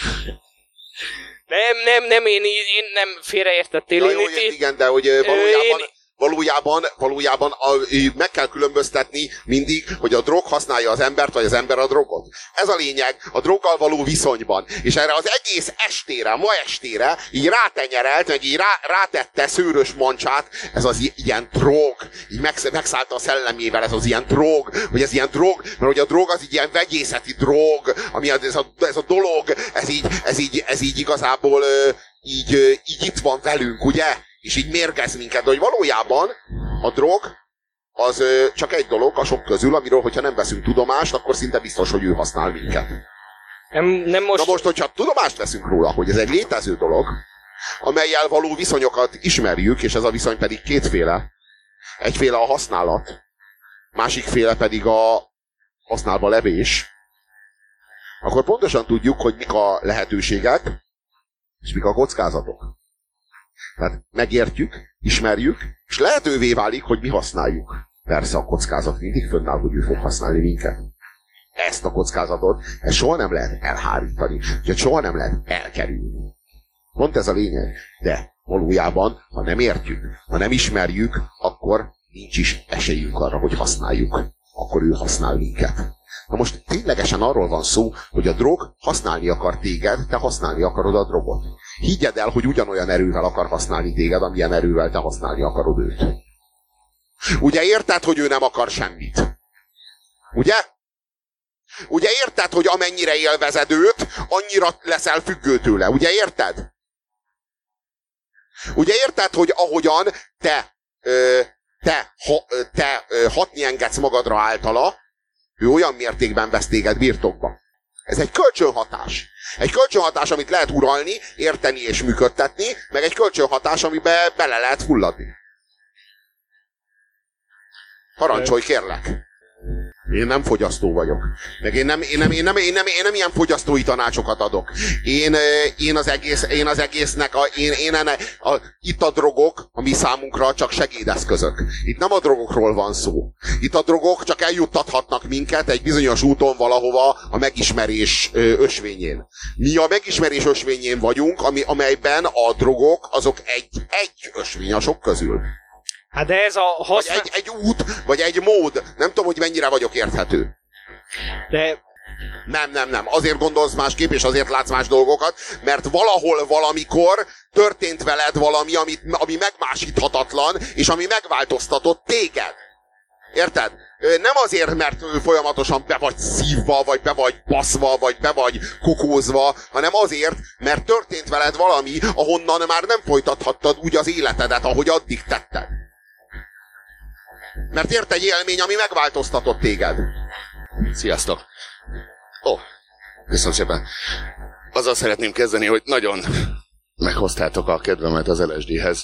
Nem, én nem félreértettél. Ja, jó, igen, de hogy valójában meg kell különböztetni mindig, hogy a drog használja az embert, vagy az ember a drogot. Ez a lényeg a droggal való viszonyban. És erre az egész estére, ma estére így rátenyerelt, meg így rátette szőrös mancsát, ez az ilyen drog. Így megszállta a szellemével ez az ilyen drog, hogy ez ilyen drog, mert hogy a drog az így ilyen vegyészeti drog, ami ez a dolog, ez így igazából így itt van velünk, ugye? És így mérgez minket, de hogy valójában a drog az csak egy dolog a sok közül, amiről, hogyha nem veszünk tudomást, akkor szinte biztos, hogy ő használ minket. Nem most... Na most, hogyha tudomást veszünk róla, hogy ez egy létező dolog, amellyel való viszonyokat ismerjük, és ez a viszony pedig kétféle. Egyféle a használat, másikféle pedig a használva levés, akkor pontosan tudjuk, hogy mik a lehetőségek, és mik a kockázatok. Tehát megértjük, ismerjük, és lehetővé válik, hogy mi használjuk. Persze a kockázat mindig fönnáll, hogy ő fog használni minket. Ezt a kockázatot, ezt soha nem lehet elhárítani, úgyhogy soha nem lehet elkerülni. Pont ez a lényeg. De valójában, ha nem értjük, ha nem ismerjük, akkor nincs is esélyünk arra, hogy használjuk. Akkor ő használ minket. Na most ténylegesen arról van szó, hogy a drog használni akar téged, te használni akarod a drogot. Higgyed el, hogy ugyanolyan erővel akar használni téged, amilyen erővel te használni akarod őt. Ugye érted, hogy ő nem akar semmit? Ugye? Ugye érted, hogy amennyire élvezed őt, annyira leszel függő tőle. Ugye érted? Ugye érted, hogy ahogyan te hatni engedsz magadra általa, ő olyan mértékben vesz téged birtokba. Ez egy kölcsönhatás. Egy kölcsönhatás, amit lehet uralni, érteni és működtetni, meg egy kölcsönhatás, amiben bele lehet fulladni. Parancsolj, kérlek! Én nem fogyasztó vagyok. Meg én nem ilyen fogyasztói tanácsokat adok. Én az egésznek, itt a drogok, ami számunkra csak segédeszközök. Itt nem a drogokról van szó. Itt a drogok csak eljuttathatnak minket egy bizonyos úton valahova a megismerés ösvényén. Mi a megismerés ösvényén vagyunk, amelyben a drogok azok egy ösvény a sok közül. Hát de ez a vagy egy út, vagy egy mód. Nem tudom, hogy mennyire vagyok érthető. De... Nem. Azért gondolsz másképp, és azért látsz más dolgokat, mert valahol, valamikor történt veled valami, ami megmásíthatatlan, és ami megváltoztatott téged. Érted? Nem azért, mert folyamatosan be vagy szívva, vagy be vagy baszva, vagy be vagy kokózva, hanem azért, mert történt veled valami, ahonnan már nem folytathattad úgy az életedet, ahogy addig tetted. Mert ért egy élmény, ami megváltoztatott téged. Sziasztok! Köszönöm szépen. Azzal szeretném kezdeni, hogy nagyon meghoztátok a kedvemet az LSD-hez.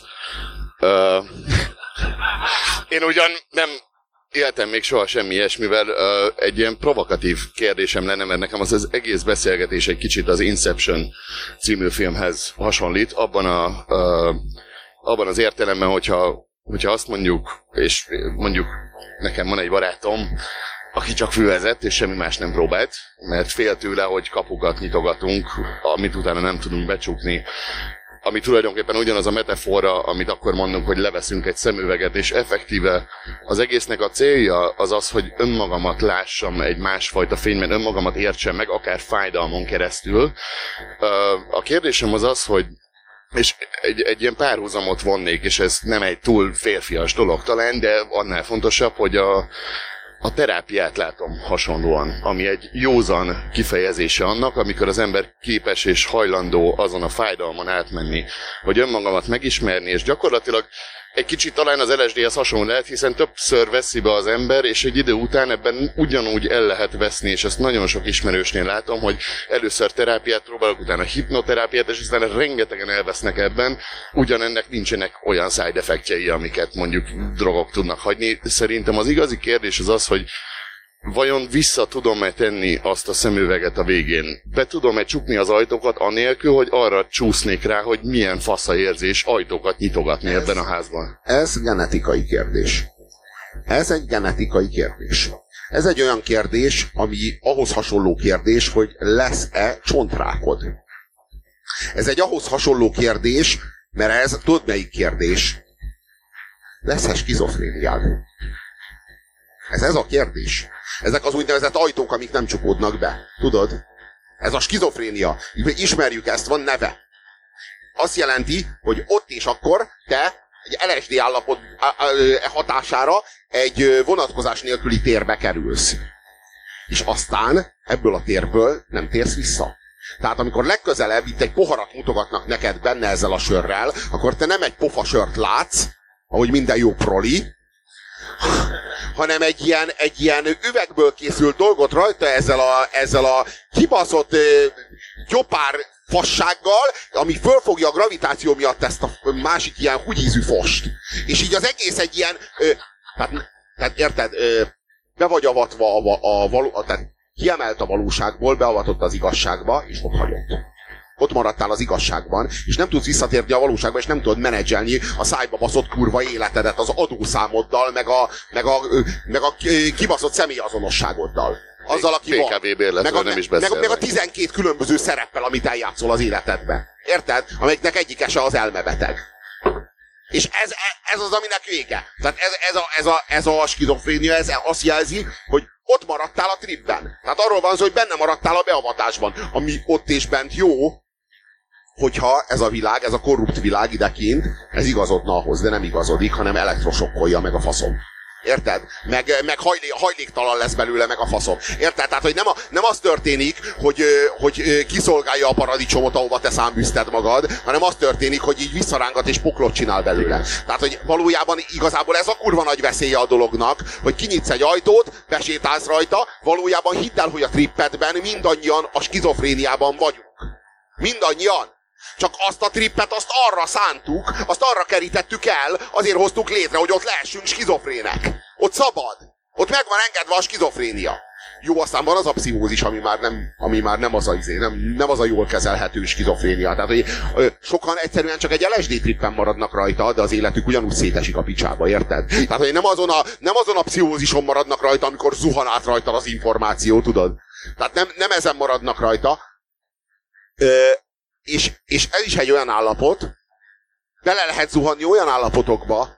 Én ugyan nem éltem még soha semmi ilyesmivel, egy ilyen provokatív kérdésem lenne, mert nekem az egész beszélgetés egy kicsit az Inception című filmhez hasonlít, abban az értelemben, hogyha azt mondjuk, és mondjuk nekem van egy barátom, aki csak füvezett, és semmi más nem próbált, mert fél tőle, hogy kapukat nyitogatunk, amit utána nem tudunk becsukni, ami tulajdonképpen ugyanaz a metafora, amit akkor mondunk, hogy leveszünk egy szemüveget, és effektíve az egésznek a célja az az, hogy önmagamat lássam egy másfajta fényben, önmagamat értsem meg, akár fájdalmon keresztül. A kérdésem az, hogy és egy ilyen párhuzamot vonnék, és ez nem egy túl férfias dolog talán, de annál fontosabb, hogy a terápiát látom hasonlóan, ami egy józan kifejezése annak, amikor az ember képes és hajlandó azon a fájdalmon átmenni, hogy önmagamat megismerni, és gyakorlatilag egy kicsit talán az LSD-hez hasonló lehet, hiszen többször veszi be az ember, és egy idő után ebben ugyanúgy el lehet veszni, és ezt nagyon sok ismerősnél látom, hogy először terápiát próbálok, utána hipnoterápiát, és aztán rengetegen elvesznek ebben, ugyanennek nincsenek olyan side effektjei, amiket mondjuk drogok tudnak hagyni. Szerintem az igazi kérdés az az, hogy vajon vissza tudom-e tenni azt a szemüveget a végén? Be tudom-e csukni az ajtókat anélkül, hogy arra csúsznék rá, hogy milyen faszaérzés ajtókat nyitogatni ebben a házban? Ez genetikai kérdés. Ez egy genetikai kérdés. Ez egy olyan kérdés, ami ahhoz hasonló kérdés, hogy lesz-e csontrákod. Ez egy ahhoz hasonló kérdés, mert ez, tudod melyik kérdés? Lesz-e skizofréniád? Ez a kérdés. Ezek az úgynevezett ajtók, amik nem csukódnak be. Tudod? Ez a skizofrénia. Ismerjük ezt, van neve. Azt jelenti, hogy ott és akkor te egy LSD állapot hatására egy vonatkozás nélküli térbe kerülsz. És aztán ebből a térből nem térsz vissza. Tehát amikor legközelebb itt egy poharat mutogatnak neked benne ezzel a sörrel, akkor te nem egy pofa sört látsz, ahogy minden jó proli, hanem egy ilyen üvegből készült dolgot rajta ezzel a kibaszott gyopár fassággal, ami fölfogja a gravitáció miatt ezt a másik ilyen húgyízű fost. És így az egész egy ilyen, tehát érted, be vagy avatva tehát kiemelt a valóságból, beavatott az igazságba, és ott hagyott. Ott maradtál az igazságban, és nem tudsz visszatérni a valóságba, és nem tudod menedzselni a szájba baszott kurva életedet az adószámoddal, meg a kibaszott személyazonosságoddal. Azzal, aki van. Meg a 12 különböző szereppel, amit eljátszol az életedbe. Érted? Amelyiknek egyike se az elmebeteg. És ez az, aminek vége. Tehát ez a skizofrénia, ez azt jelzi, hogy ott maradtál a tripben. Tehát arról van szó, hogy benne maradtál a beavatásban. Ami ott és bent jó, hogyha ez a világ, ez a korrupt világ idekint, ez igazodna ahhoz, de nem igazodik, hanem elektrosokkolja meg a faszom. Érted? Meg hajléktalan lesz belőle meg a faszom. Érted? Tehát, hogy nem az történik, hogy kiszolgálja a paradicsomot, ahova te számbűzted magad, hanem az történik, hogy így visszarángat és poklot csinál belőle. Tehát, hogy valójában igazából ez a kurva nagy veszélye a dolognak, hogy kinyitsz egy ajtót, besétálsz rajta, valójában hidd el, hogy a trippedben mindannyian a skizofréniában vagyunk. Mindannyian. Csak azt a trippet, azt arra szántuk, azt arra kerítettük el, azért hoztuk létre, hogy ott lehessünk skizofrének. Ott szabad. Ott meg van engedve a skizofrénia. Jó, aztán van az a pszichózis, ami már nem az nem az a jól kezelhető skizofrénia. Tehát, hogy sokan egyszerűen csak egy LSD trippen maradnak rajta, de az életük ugyanúgy szétesik a picsába, érted? Tehát, hogy nem azon a pszichózison maradnak rajta, amikor zuhan át rajta az információ, tudod? Tehát nem ezen maradnak rajta. És ez is egy olyan állapot, bele lehet zuhanni olyan állapotokba,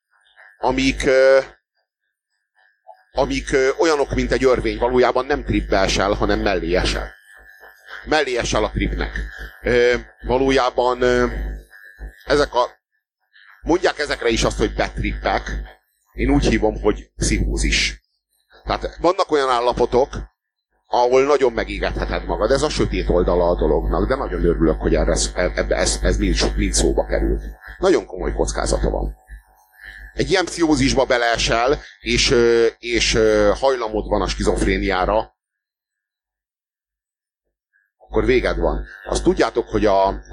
amik olyanok, mint egy örvény, valójában nem tripbe esel, hanem mellé esel. Mellé esel a tripnek. Valójában mondják ezekre is azt, hogy betrippek, én úgy hívom, hogy pszichózis. Tehát vannak olyan állapotok, ahol nagyon megégetheted magad. Ez a sötét oldala a dolognak, de nagyon örülök, hogy ez mind szóba került. Nagyon komoly kockázata van. Egy ilyen pszichózisba beleesel, és hajlamod van a skizofréniára, akkor véged van. Azt tudjátok, hogy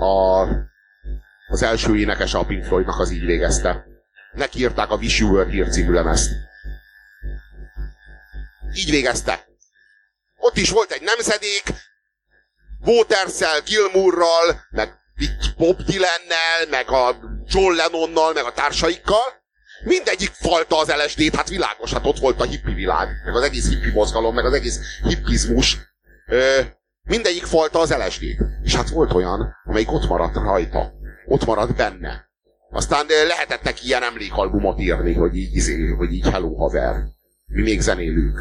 az első énekese a Pink Floydnak az így végezte. Neki írták a Wish You Were Here című lemezt. Így végezte. Ott is volt egy nemzedék, Waterszel, Gilmourral, meg Bob Dylannel, meg a John Lennonnal, meg a társaikkal. Mindegyik falta az LSD-t, hát világos, hát ott volt a hippi világ, meg az egész hippi mozgalom, meg az egész hippizmus. Mindegyik falta az LSD-t. És hát volt olyan, amelyik ott maradt rajta. Ott maradt benne. Aztán lehetett neki ilyen emlékalbumot írni, hogy így hello haver. Mi még zenélünk.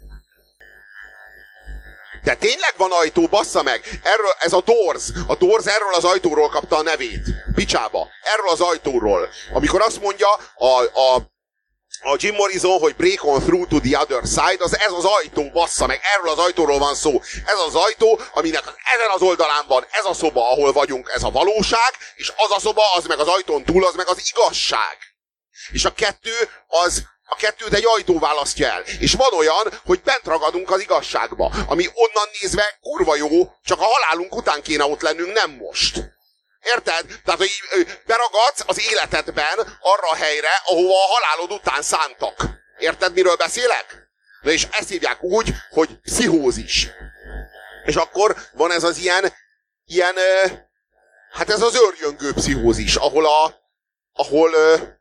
De tényleg van ajtó, bassza meg! Ez a Doors. A Doors erről az ajtóról kapta a nevét. Picsába. Erről az ajtóról. Amikor azt mondja a Jim Morrison, hogy break on through to the other side, ez az ajtó, bassza meg, erről az ajtóról van szó. Ez az ajtó, aminek ezen az oldalán van ez a szoba, ahol vagyunk, ez a valóság, és az a szoba, az meg az ajtón túl, az meg az igazság. És a kettőt egy ajtó választja el. És van olyan, hogy bent ragadunk az igazságba, ami onnan nézve kurva jó, csak a halálunk után kéne ott lennünk, nem most. Érted? Tehát, hogy beragadsz az életedben arra a helyre, ahova a halálod után szántak. Érted, miről beszélek? Na és ezt hívják úgy, hogy pszichózis. És akkor van ez az ilyen hát ez az őrjöngő pszichózis, ahol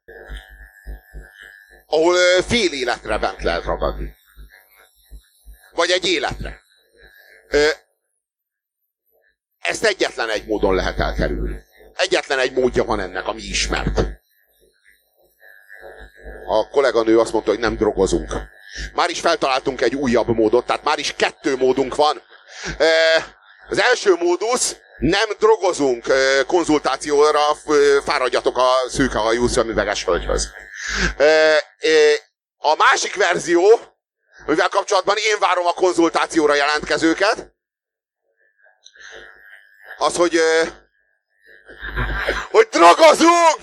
fél életre bent lehet ragadni. Vagy egy életre. Ezt egyetlen egy módon lehet elkerülni. Egyetlen egy módja van ennek, ami ismert. A kolléganő azt mondta, hogy nem drogozunk. Már is feltaláltunk egy újabb módot, tehát már is 2 módunk van. Az első módusz, nem drogozunk, konzultációra fáradjatok a szőkehajú szemüveges hölgyhöz. A másik verzió, amivel kapcsolatban én várom a konzultációra jelentkezőket, az, hogy drogozunk!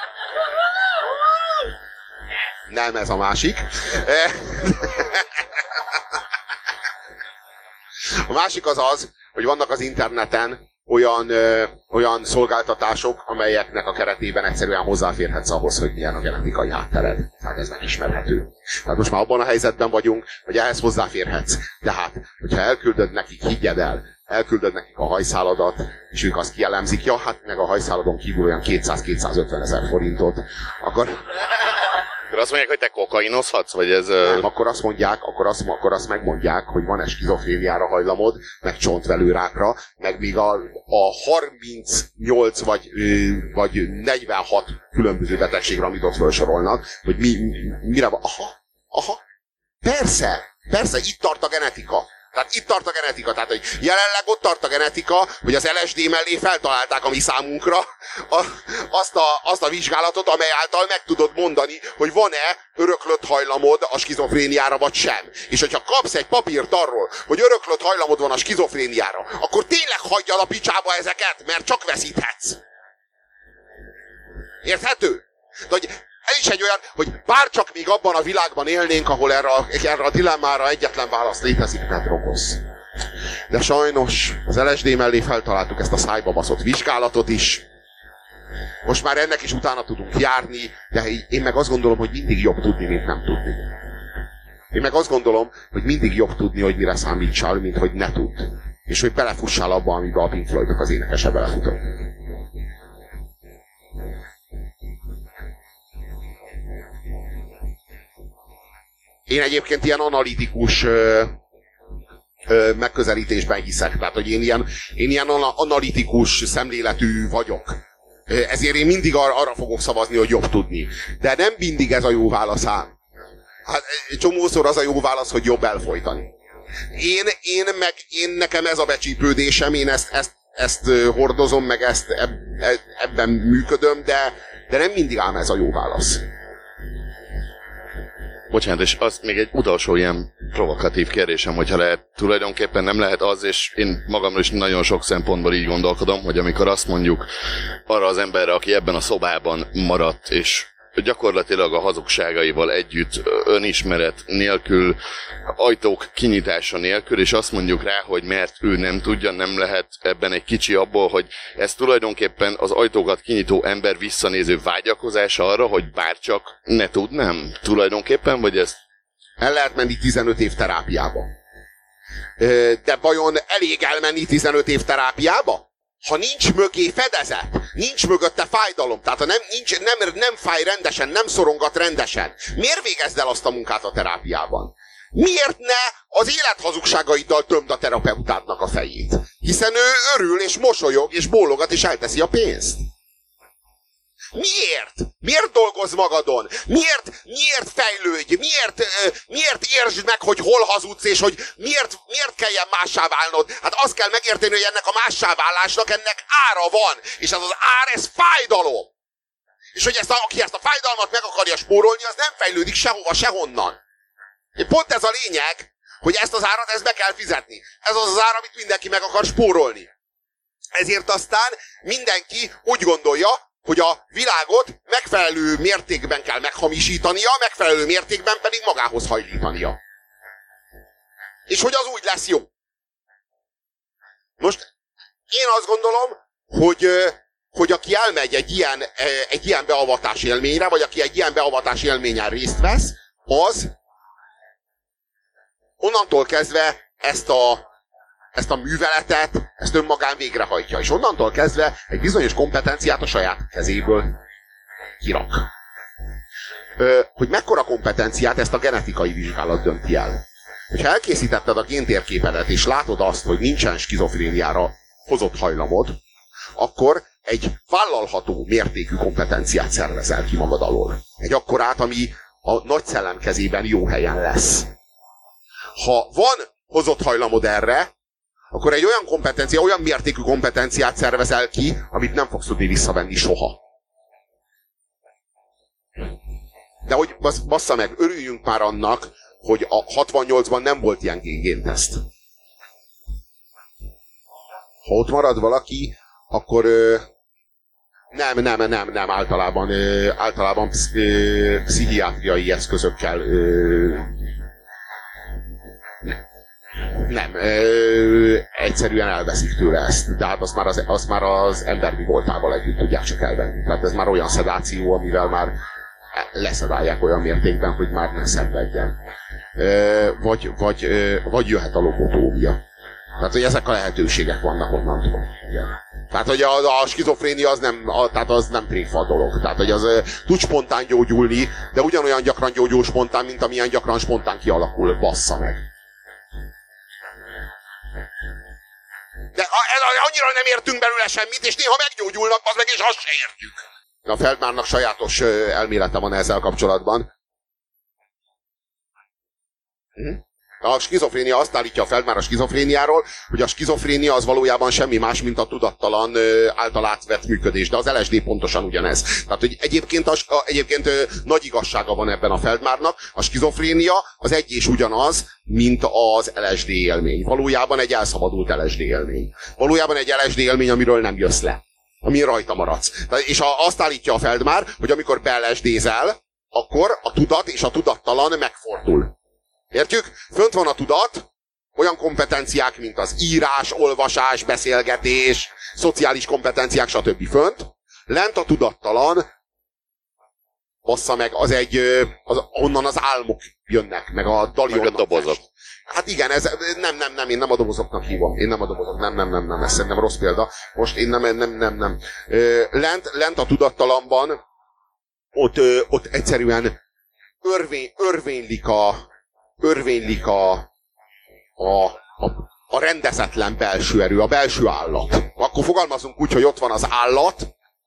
Nem, ez a másik. A másik az, hogy vannak az interneten olyan szolgáltatások, amelyeknek a keretében egyszerűen hozzáférhetsz ahhoz, hogy milyen a genetikai háttered. Tehát ez megismerhető. Tehát most már abban a helyzetben vagyunk, hogy ehhez hozzáférhetsz. Tehát, hogyha elküldöd nekik, higgyed el, elküldöd nekik a hajszáladat, és ők azt kielemzik, ja, hát meg a hajszáladon kívül olyan 200-250 ezer forintot, akkor azt mondják, hogy te kokainozhatsz, vagy ez... Nem, akkor azt mondják, akkor azt megmondják, hogy van-e skizofréniára hajlamod, meg csontvelőrákra, meg még a 38 vagy 46 különböző betegségre, amit ott felsorolnak, hogy mire van. Aha, persze, itt tart a genetika. Tehát itt tart a genetika, tehát hogy jelenleg ott tart a genetika, hogy az LSD mellé feltalálták a mi számunkra azt a vizsgálatot, amely által meg tudod mondani, hogy van-e öröklött hajlamod a skizofréniára, vagy sem. És hogyha kapsz egy papírt arról, hogy öröklött hajlamod van a skizofréniára, akkor tényleg hagyjad a picsába ezeket, mert csak veszíthetsz. Érthető? De hogy ez is egy olyan, hogy bárcsak még abban a világban élnénk, ahol erre a dilemmára egyetlen válasz létezik, ne drogozz. De sajnos az LSD mellé feltaláltuk ezt a szájba baszott vizsgálatot is. Most már ennek is utána tudunk járni, de én meg azt gondolom, hogy mindig jobb tudni, mint nem tudni. Én meg azt gondolom, hogy mindig jobb tudni, hogy mire számítsál, mint hogy ne tudd. És hogy belefussál abba, amiben a Pink Floydnak az énekese belefutott. Én egyébként ilyen analitikus megközelítésben hiszek. Tehát, hogy én ilyen analitikus szemléletű vagyok. Ezért én mindig arra fogok szavazni, hogy jobb tudni. De nem mindig ez a jó válasz ám. Hát csomószor az a jó válasz, hogy jobb elfojtani. Én nekem ez a becsípődésem, én ezt hordozom, meg ebben működöm, de nem mindig ám ez a jó válasz. Bocsánat, és az még egy utolsó ilyen provokatív kérdésem, hogyha lehet, tulajdonképpen nem lehet az, és én magamról is nagyon sok szempontból így gondolkodom, hogy amikor azt mondjuk arra az emberre, aki ebben a szobában maradt, és gyakorlatilag a hazugságaival együtt, önismeret nélkül, ajtók kinyitása nélkül, és azt mondjuk rá, hogy mert ő nem tudja, nem lehet ebben egy kicsi abból, hogy ez tulajdonképpen az ajtókat kinyitó ember visszanéző vágyakozása arra, hogy bárcsak ne tudnám tulajdonképpen, vagy ez... El lehet menni 15 év terápiába. De vajon elég elmenni 15 év terápiába? Ha nincs mögé fedezet, nincs mögötte fájdalom, tehát ha nem fáj rendesen, nem szorongat rendesen, miért végezd el azt a munkát a terápiában? Miért ne az élethazugságaiddal tömd a terapeutádnak a fejét? Hiszen ő örül, és mosolyog, és bólogat, és elteszi a pénzt. Miért? Miért dolgozz magadon? Miért fejlődj? Miért értsd meg, hogy hol hazudsz, és hogy miért kelljen mássá válnod? Hát azt kell megérteni, hogy ennek a mássá válásnak ennek ára van. És ez az ár, ez fájdalom. És hogy aki ezt a fájdalmat meg akarja spórolni, az nem fejlődik sehova, sehonnan. Pont ez a lényeg, hogy ezt az árat ezt be kell fizetni. Ez az ár, amit mindenki meg akar spórolni. Ezért aztán mindenki úgy gondolja, hogy a világot megfelelő mértékben kell meghamisítania, megfelelő mértékben pedig magához hajlítania. És hogy az úgy lesz jó. Most én azt gondolom, hogy aki elmegy egy ilyen beavatás élményre, vagy aki egy ilyen beavatás élményen részt vesz, az onnantól kezdve ezt a műveletet, ezt önmagán végrehajtja. És onnantól kezdve egy bizonyos kompetenciát a saját kezéből kirak. Hogy mekkora kompetenciát, ezt a genetikai vizsgálat dönti el. Hogyha elkészítetted a géntérképedet, és látod azt, hogy nincsen skizofréniára hozott hajlamod, akkor egy vállalható mértékű kompetenciát szervezel ki magad alól. Egy akkorát, ami a nagy szellem kezében jó helyen lesz. Ha van hozott hajlamod erre, akkor egy olyan kompetencia, olyan mértékű kompetenciát szervezel ki, amit nem fogsz tudni visszavenni soha. De hogy bassza meg, örüljünk már annak, hogy a 68-ban nem volt ilyen génteszt. Ha ott marad valaki, akkor nem, általában pszichiátriai eszközökkel egyszerűen elveszik tőle ezt. De hát azt már az ember mi voltával együtt tudják csak elvenni. Tehát ez már olyan szedáció, amivel már leszedálják olyan mértékben, hogy már ne szenvedjen. Vagy jöhet a lobotómia. Tehát, hogy ezek a lehetőségek vannak onnantól. Igen. Tehát, hogy a skizofrénia az nem tréfa dolog. Tehát, hogy az tud spontán gyógyulni, de ugyanolyan gyakran gyógyul spontán, mint amilyen gyakran spontán kialakul. Bassza meg. De annyira nem értünk belőle semmit, és néha meggyógyulnak, az meg, és azt se értjük. A Feldmárnak sajátos elmélete van ezzel kapcsolatban. A skizofrénia azt állítja a Feldmár a skizofréniáról, hogy a skizofrénia az valójában semmi más, mint a tudattalan által átvett működés. De az LSD pontosan ugyanez. Tehát, hogy egyébként nagy igazsága van ebben a Feldmárnak. A skizofrénia az egy és ugyanaz, mint az LSD élmény. Valójában egy elszabadult LSD élmény. Valójában egy LSD élmény, amiről nem jössz le. Amin rajta maradsz. És azt állítja a Feldmár, hogy amikor be-LSD-zel, akkor a tudat és a tudattalan megfordul. Értjük? Fönt van a tudat, olyan kompetenciák, mint az írás, olvasás, beszélgetés, szociális kompetenciák, stb. Fönt. Lent a tudattalan, bassza meg, onnan az álmok jönnek, meg a dali meg a dobozok. Hát igen, én nem a dobozoknak hívom. Én nem a dobozok, nem, ez szerintem rossz példa. Most én nem. Lent a tudattalamban, ott egyszerűen örvénylik a rendezetlen belső erő, a belső állat. Akkor fogalmazunk úgy, hogy ott van az állat,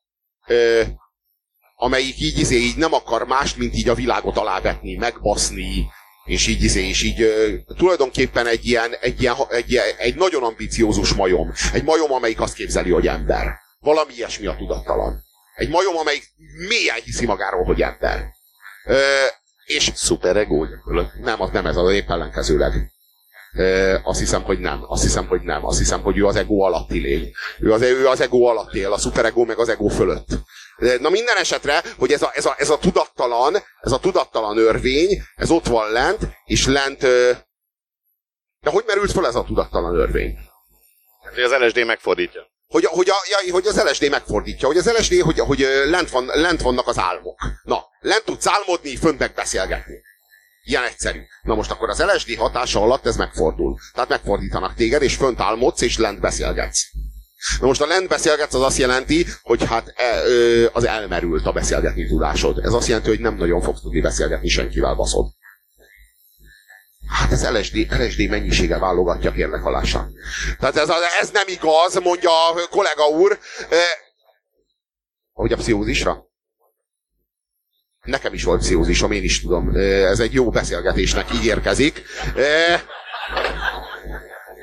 amelyik így nem akar mást, mint így a világot alávetni, megbaszni, és így tulajdonképpen egy nagyon ambiciózus majom. Egy majom, amelyik azt képzeli, hogy ember. Valami ilyesmi a tudattalan. Egy majom, amelyik mélyen hiszi magáról, hogy ember. És szuperegó? Nem, az nem ez, az épp ellenkezőleg. Azt hiszem, hogy nem. Azt hiszem, hogy ő az ego alatti lény. Ő az ego alatt él, a szuperegó meg az ego fölött. Na minden esetre, hogy ez a tudattalan örvény, ez ott van lent, és lent... De hogy merült fel ez a tudattalan örvény? Hogy az LSD megfordítja. Hogy az LSD megfordítja, hogy az LSD, hogy lent vannak az álmok. Na, lent tudsz álmodni, fönt megbeszélgetni. Ilyen egyszerű. Na most akkor az LSD hatása alatt ez megfordul. Tehát megfordítanak téged, és fönt álmodsz, és lent beszélgetsz. Na most a lent beszélgetsz, az azt jelenti, hogy hát az elmerült a beszélgetni tudásod. Ez azt jelenti, hogy nem nagyon fogsz tudni beszélgetni senkivel, baszod. Hát ez LSD mennyisége válogatja, kérlek halásra. Tehát ez nem igaz, mondja a kollega úr. Ahogy a pszichózisra? Nekem is volt pszichózisom, én is tudom. Ez egy jó beszélgetésnek ígérkezik.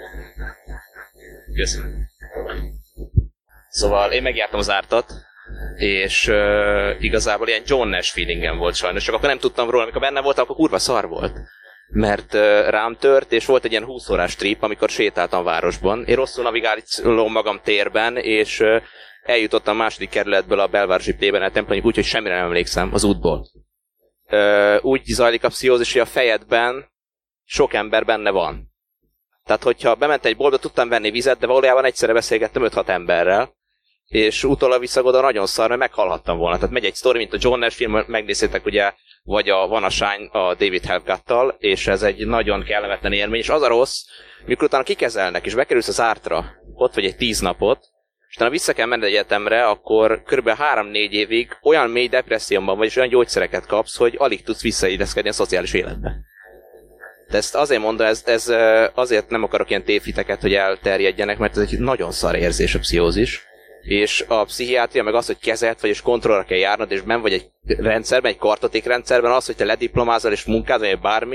Köszönöm. Szóval én megjártam az ártat, és igazából ilyen John Nash feelingem volt sajnos, csak akkor nem tudtam róla, amikor benne voltam, akkor kurva szar volt. Mert rám tört, és volt egy ilyen 20 órás trip, amikor sétáltam a városban. Én rosszul navigálom magam térben, és eljutottam a második kerületből a belvárosi plébben templomig, úgyhogy semmire nem emlékszem az útból. Úgy zajlik a pszichózis, hogy a fejedben sok ember benne van. Tehát, hogyha bement egy boltba, tudtam venni vizet, de valójában egyszerre beszélgettem 5-6 emberrel, és utólag visszagodva nagyon szar, mert meghalhattam volna. Tehát megy egy sztori, mint a John Nash film, megnézzétek ugye, vagy a Van a Shine a David Helfguttal, és ez egy nagyon kellemetlen élmény, és az a rossz, mikor utána kikezelnek, és bekerülsz az ártra, ott vagy egy 10 napot, és utána vissza kell menni egyetemre, akkor kb. 3-4 évig olyan mély depresszióban vagy, és olyan gyógyszereket kapsz, hogy alig tudsz visszailleszkedni a szociális életbe. De ezt azért mondom, ez azért nem akarok ilyen tévhiteket, hogy elterjedjenek, mert ez egy nagyon szar érzés a pszichózis. És a pszichiátria meg az, hogy kezelt vagy, és kontrollra kell járnod, és benn vagy egy rendszerben, egy kartotékrendszerben, az, hogy te lediplomázol és munkád, vagy bármi,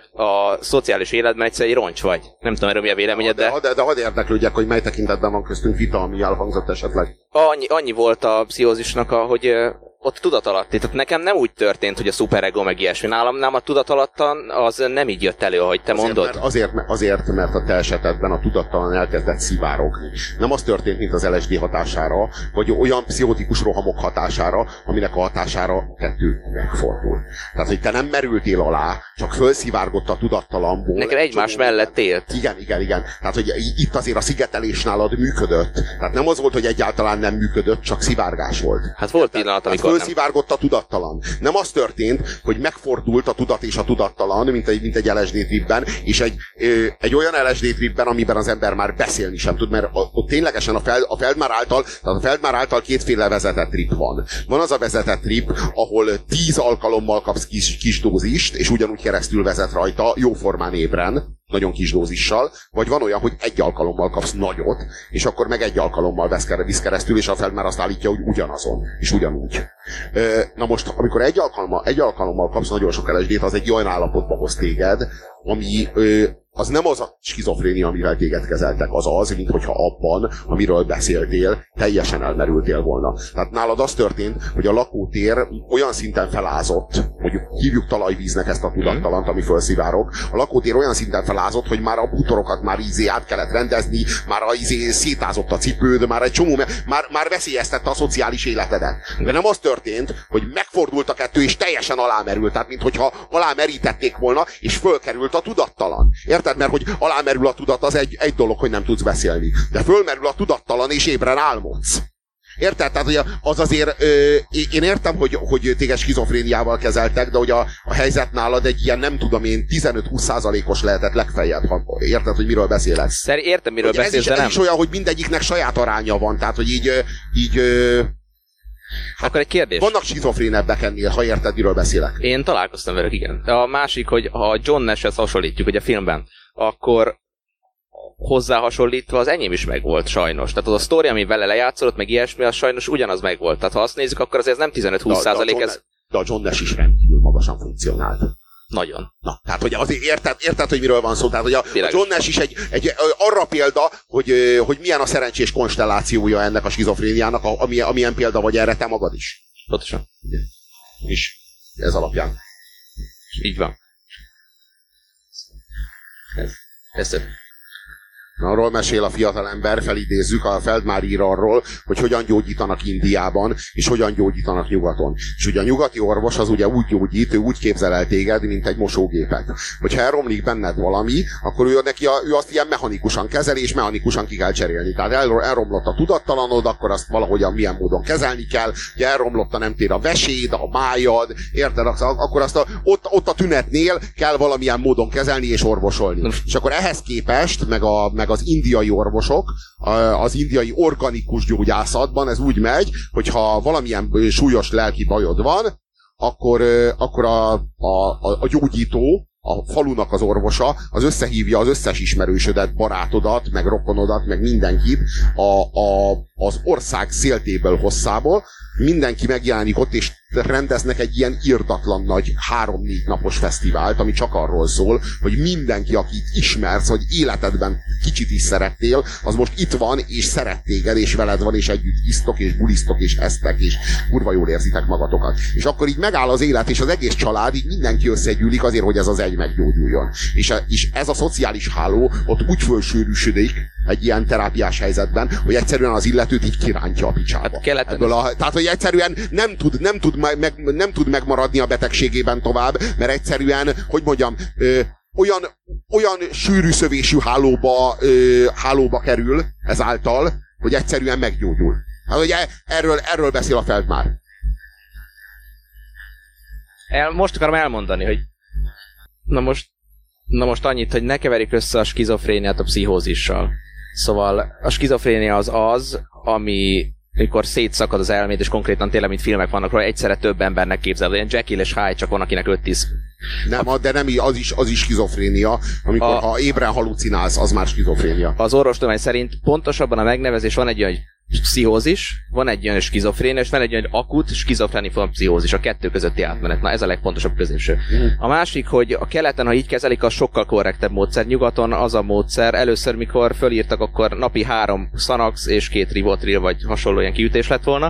a szociális életben egyszer egy roncs vagy. Nem tudom, erről mi a véleményed, de hadd érdeklődjek, hogy mely tekintetben van köztünk vita, ami elhangzott esetleg. Annyi volt a pszichózisnak, hogy ott tudatalatti. Tehát nekem nem úgy történt, hogy a szuperego meg ilyesmi. Nálam a tudatalattan az nem így jött elő, ahogy te mondod. Azért, mert a te esetedben a tudattalan elkezdett szivárogni. Nem az történt, mint az LSD hatására, vagy olyan pszichotikus rohamok hatására, aminek a hatására kettő megfordul. Tehát, hogy te nem merültél alá, csak fölszivárgott a tudattalamból. Nekem egymás mellett élt. Igen. Tehát, hogy itt azért a szigetelés nálad működött. Tehát nem az volt, hogy egyáltalán nem működött, csak szivárgás volt. Hát volt pillanat, amikor fölszivárgott a tudattalan. Nem az történt, hogy megfordult a tudat és a tudattalan, mint egy LSD tripben, és egy olyan LSD tripben, amiben az ember már beszélni sem tud, mert ott ténylegesen a Feldmár által kétféle vezetett trip van. Van az a vezetett trip, ahol 10 alkalommal kapsz kis dózist, és ugyanúgy keresztül vezet rajta, jóformán ébren, nagyon kis dózissal, vagy van olyan, hogy 1 alkalommal kapsz nagyot, és akkor meg 1 alkalommal visz keresztül, és a Feldmár azt állítja, hogy ugyanazon, és ugyanúgy. Na most, amikor egy alkalommal kapsz nagyon sok LSD-t, az egy olyan állapotba hoz téged, ami az nem az a skizofrénia, amivel téged kezeltek, az, mint hogyha abban, amiről beszéltél, teljesen elmerültél volna. Tehát nálad az történt, hogy a lakótér olyan szinten felázott, hogy hívjuk talajvíznek ezt a tudattalant, ami fölszivárog, a lakótér olyan szinten felázott, hogy már a bútorokat már át kellett rendezni, már szétázott a cipőd, már egy csomó, már veszélyeztette a szociális életedet. De nem az történt, hogy megfordult a kettő, és teljesen alámerült, tehát minthogyha alámerítették volna, és fölkerült a tudattalan. Érted? Mert hogy alámerül a tudat, az egy dolog, hogy nem tudsz beszélni. De fölmerül a tudattalan, és ébren álmodsz. Érted? Tehát, hogy az azért, én értem, hogy téged skizofréniával kezeltek, de hogy a helyzet nálad egy ilyen, nem tudom én, 15-20%-os lehetett legfeljebb. Érted, hogy miről beszélek? Értem, miről beszélsz, de nem. Ez is olyan, hogy mindegyiknek saját aránya van. Tehát, hogy így akkor egy kérdés. Vannak skizofrénebbek ennél, ha érted, miről beszélek. Én találkoztam velük, igen. A másik, hogy ha John Nash-hez hasonlítjuk, ugye a filmben, akkor hozzá hasonlítva az enyém is megvolt sajnos. Tehát az a sztori, ami vele lejátszolott, meg ilyesmi, az sajnos ugyanaz megvolt. Tehát ha azt nézzük, akkor azért ez nem 15-20%, ez... De a John Nash is rendkívül magasan funkcionált. Nagyon. Na, tehát, hogy azért érted, hogy miről van szó. Tehát, hogy a John Nash is egy arra példa, hogy milyen a szerencsés konstellációja ennek a skizofréniának, amilyen példa vagy erre te magad is. Pontosan. És ez alapján. Így van. Ez több. Arról mesél a fiatalember, felidézzük, a Feldmár ír arról, hogy hogyan gyógyítanak Indiában, és hogyan gyógyítanak nyugaton. És ugye a nyugati orvos az ugye úgy gyógyít, ő úgy képzel el téged, mint egy mosógépet. Hogyha elromlik benned valami, akkor ő azt ilyen mechanikusan kezeli, és mechanikusan ki kell cserélni. Tehát elromlott a tudattalanod, akkor azt valahogyan milyen módon kezelni kell, ugye elromlott a nem tér a veséd, a májad, érted? Akkor azt ott a tünetnél kell valamilyen módon kezelni és orvosolni. És akkor ehhez képest, meg az indiai orvosok, az indiai organikus gyógyászatban ez úgy megy, hogyha valamilyen súlyos lelki bajod van, akkor a gyógyító, a falunak az orvosa, az összehívja az összes ismerősödet, barátodat, meg rokonodat, meg mindenkit az ország széltéből hosszából, mindenki megjelenik ott, és rendeznek egy ilyen irdatlan nagy 3-4 napos fesztivált, ami csak arról szól, hogy mindenki, akit ismersz, hogy életedben kicsit is szerettél, az most itt van, és szeret téged, és veled van, és együtt isztok, és bulisztok, és esztek, és kurva jól érzitek magatokat. És akkor így megáll az élet, és az egész család, így mindenki összegyűlik azért, hogy ez az egy meggyógyuljon. És ez a szociális háló ott úgy fölsűrűsödik egy ilyen terápiás helyzetben, hogy egyszerűen az illetőt így kirántja a picsába. Tehát, hogy egyszerűen nem tud megmaradni a betegségében tovább, mert egyszerűen, hogy mondjam, olyan sűrű szövésű hálóba kerül ezáltal, hogy egyszerűen meggyógyul. Hát, hogy erről beszél a Feldmár. Most akarom elmondani, hogy na most annyit, hogy ne keverjük össze a skizofréniát a pszichózissal. Szóval a skizofrénia az, amikor szétszakad az elmét, és konkrétan tényleg, mint filmek vannak róla, egyszerre több embernek képzel. Ilyen Jekyll és Hyde, csak van, akinek 5-10. De nem, az is skizofrénia. Amikor ha ébren halucinálsz, az már skizofrénia. Az orvostudomány szerint pontosabban a megnevezés van egy olyan pszichózis, van egy olyan skizofrénia, és van egy olyan akut skizofreniform pszichózis, a kettő közötti átmenet. Na, ez a legfontosabb középső. A másik, hogy a keleten, ha így kezelik, az sokkal korrektebb módszer. Nyugaton az a módszer, először, mikor fölírtak, akkor napi 3 Xanax és 2 Rivotril, vagy hasonló ilyen kiütés lett volna.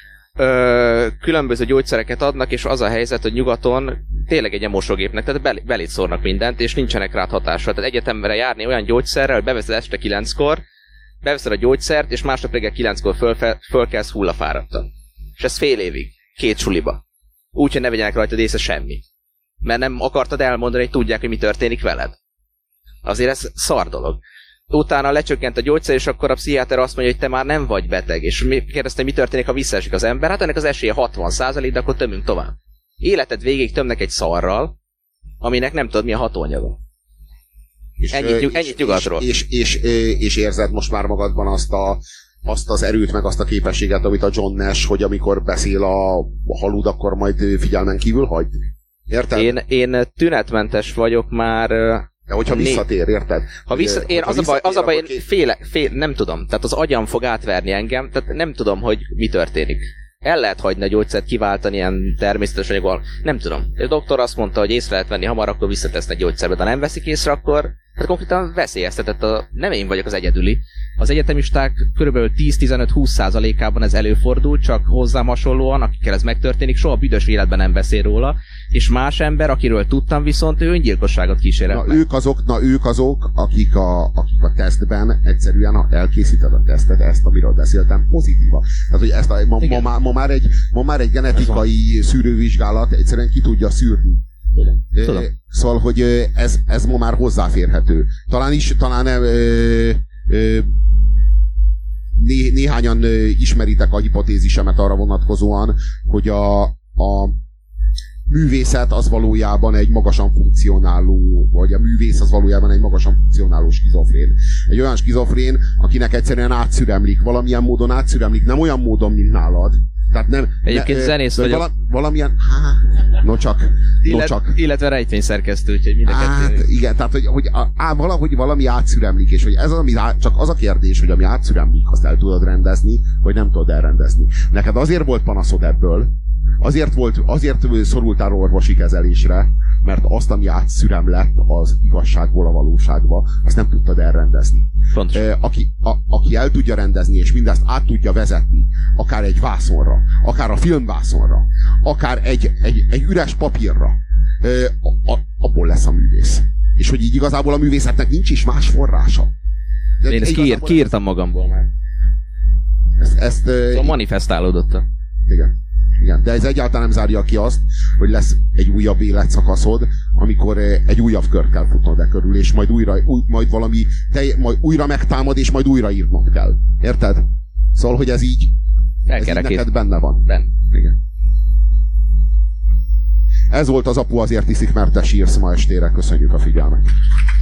Különböző gyógyszereket adnak, és az a helyzet, hogy nyugaton tényleg egy mosógépnek, tehát belét szórnak mindent, és nincsenek rád hatással. Tehát egyetemre járni olyan gyógyszerrel, hogy beveszed este 9-kor, beveszed a gyógyszert, és másnap reggel 9-kor fölkelsz hullafáradtan. És ez fél évig, 2 suliba. Úgy, hogy ne vegyenek rajtad észre semmi. Mert nem akartad elmondani, hogy tudják, hogy mi történik veled. Azért ez szar dolog. Utána lecsökkent a gyógyszer, és akkor a pszichiáter azt mondja, hogy te már nem vagy beteg. És kérdezte, mi történik, ha visszaesik az ember? Hát ennek az esélye 60%, de akkor tömünk tovább. Életed végig tömnek egy szarral, aminek nem tudod, mi a hatóanyaga. Ennyit nyugatról. És érzed most már magadban azt az erőt, meg azt a képességet, amit a John Nash, hogy amikor beszél a halud, akkor majd figyelmen kívül hagy. Érted? Én tünetmentes vagyok már... De hogyha visszatér, érted? Én az a baj, én nem tudom. Tehát az agyam fog átverni engem, tehát nem tudom, hogy mi történik. El lehet hagyni a gyógyszert, kiváltani ilyen természetes anyaggal. Nem tudom. A doktor azt mondta, hogy észre lehet venni hamar, akkor visszatesznek gyógyszerbe. De nem veszik észre, akkor tehát konkrétan veszélyeztetett. Nem én vagyok az egyedüli. Az egyetemisták kb. 10-15-20%-ában ez előfordul, csak hozzám hasonlóan, akikkel ez megtörténik, soha büdös életben nem beszél róla, és más ember, akiről tudtam, viszont ő öngyilkosságot kísérelt meg. Ők azok, akik a tesztben egyszerűen, ha elkészíted a tesztet, ezt, amiről beszéltem, pozitíva. Tehát, hogy ma már egy genetikai szűrővizsgálat egyszerűen ki tudja szűrni. Tudom. Szóval, hogy ez ma már hozzáférhető. Talán néhányan ismeritek a hipotézisemet arra vonatkozóan, hogy a művészet az valójában egy magasan funkcionáló, vagy a művész az valójában egy magasan funkcionáló skizofrén. Egy olyan skizofrén, akinek egyszerűen átszüremlik, valamilyen módon átszüremlik, nem olyan módon, mint nálad. Tehát nem, egyébként zenész vagyok. Valamilyen... No csak. Illetve rejtvényszerkesztő, úgyhogy mind a kettő. Igen, tehát valahogy valami átszüremlik, és hogy ez az, csak az a kérdés, hogy ami átszüremlik, azt el tudod rendezni, vagy nem tudod elrendezni. Neked azért volt panaszod ebből, azért szorultál orvosi kezelésre, mert azt, ami átszüremlett az igazságból a valóságba, azt nem tudtad elrendezni. Aki el tudja rendezni, és mindezt át tudja vezetni, akár egy vászonra, akár a filmvászonra, akár egy üres papírra, abból lesz a művész. És hogy így igazából a művészetnek nincs is más forrása. Én ezt kiírtam magamból már. Szóval manifestálódott. Igen, de ez egyáltalán nem zárja ki azt, hogy lesz egy újabb életszakaszod, amikor egy újabb kört kell futnod e körül, és majd újra megtámad, és majd újra írnod kell. Érted? Szóval, hogy ez így neked benne van. Igen. Ez volt az Apu azért iszik, mert te sírsz ma estére. Köszönjük a figyelmet.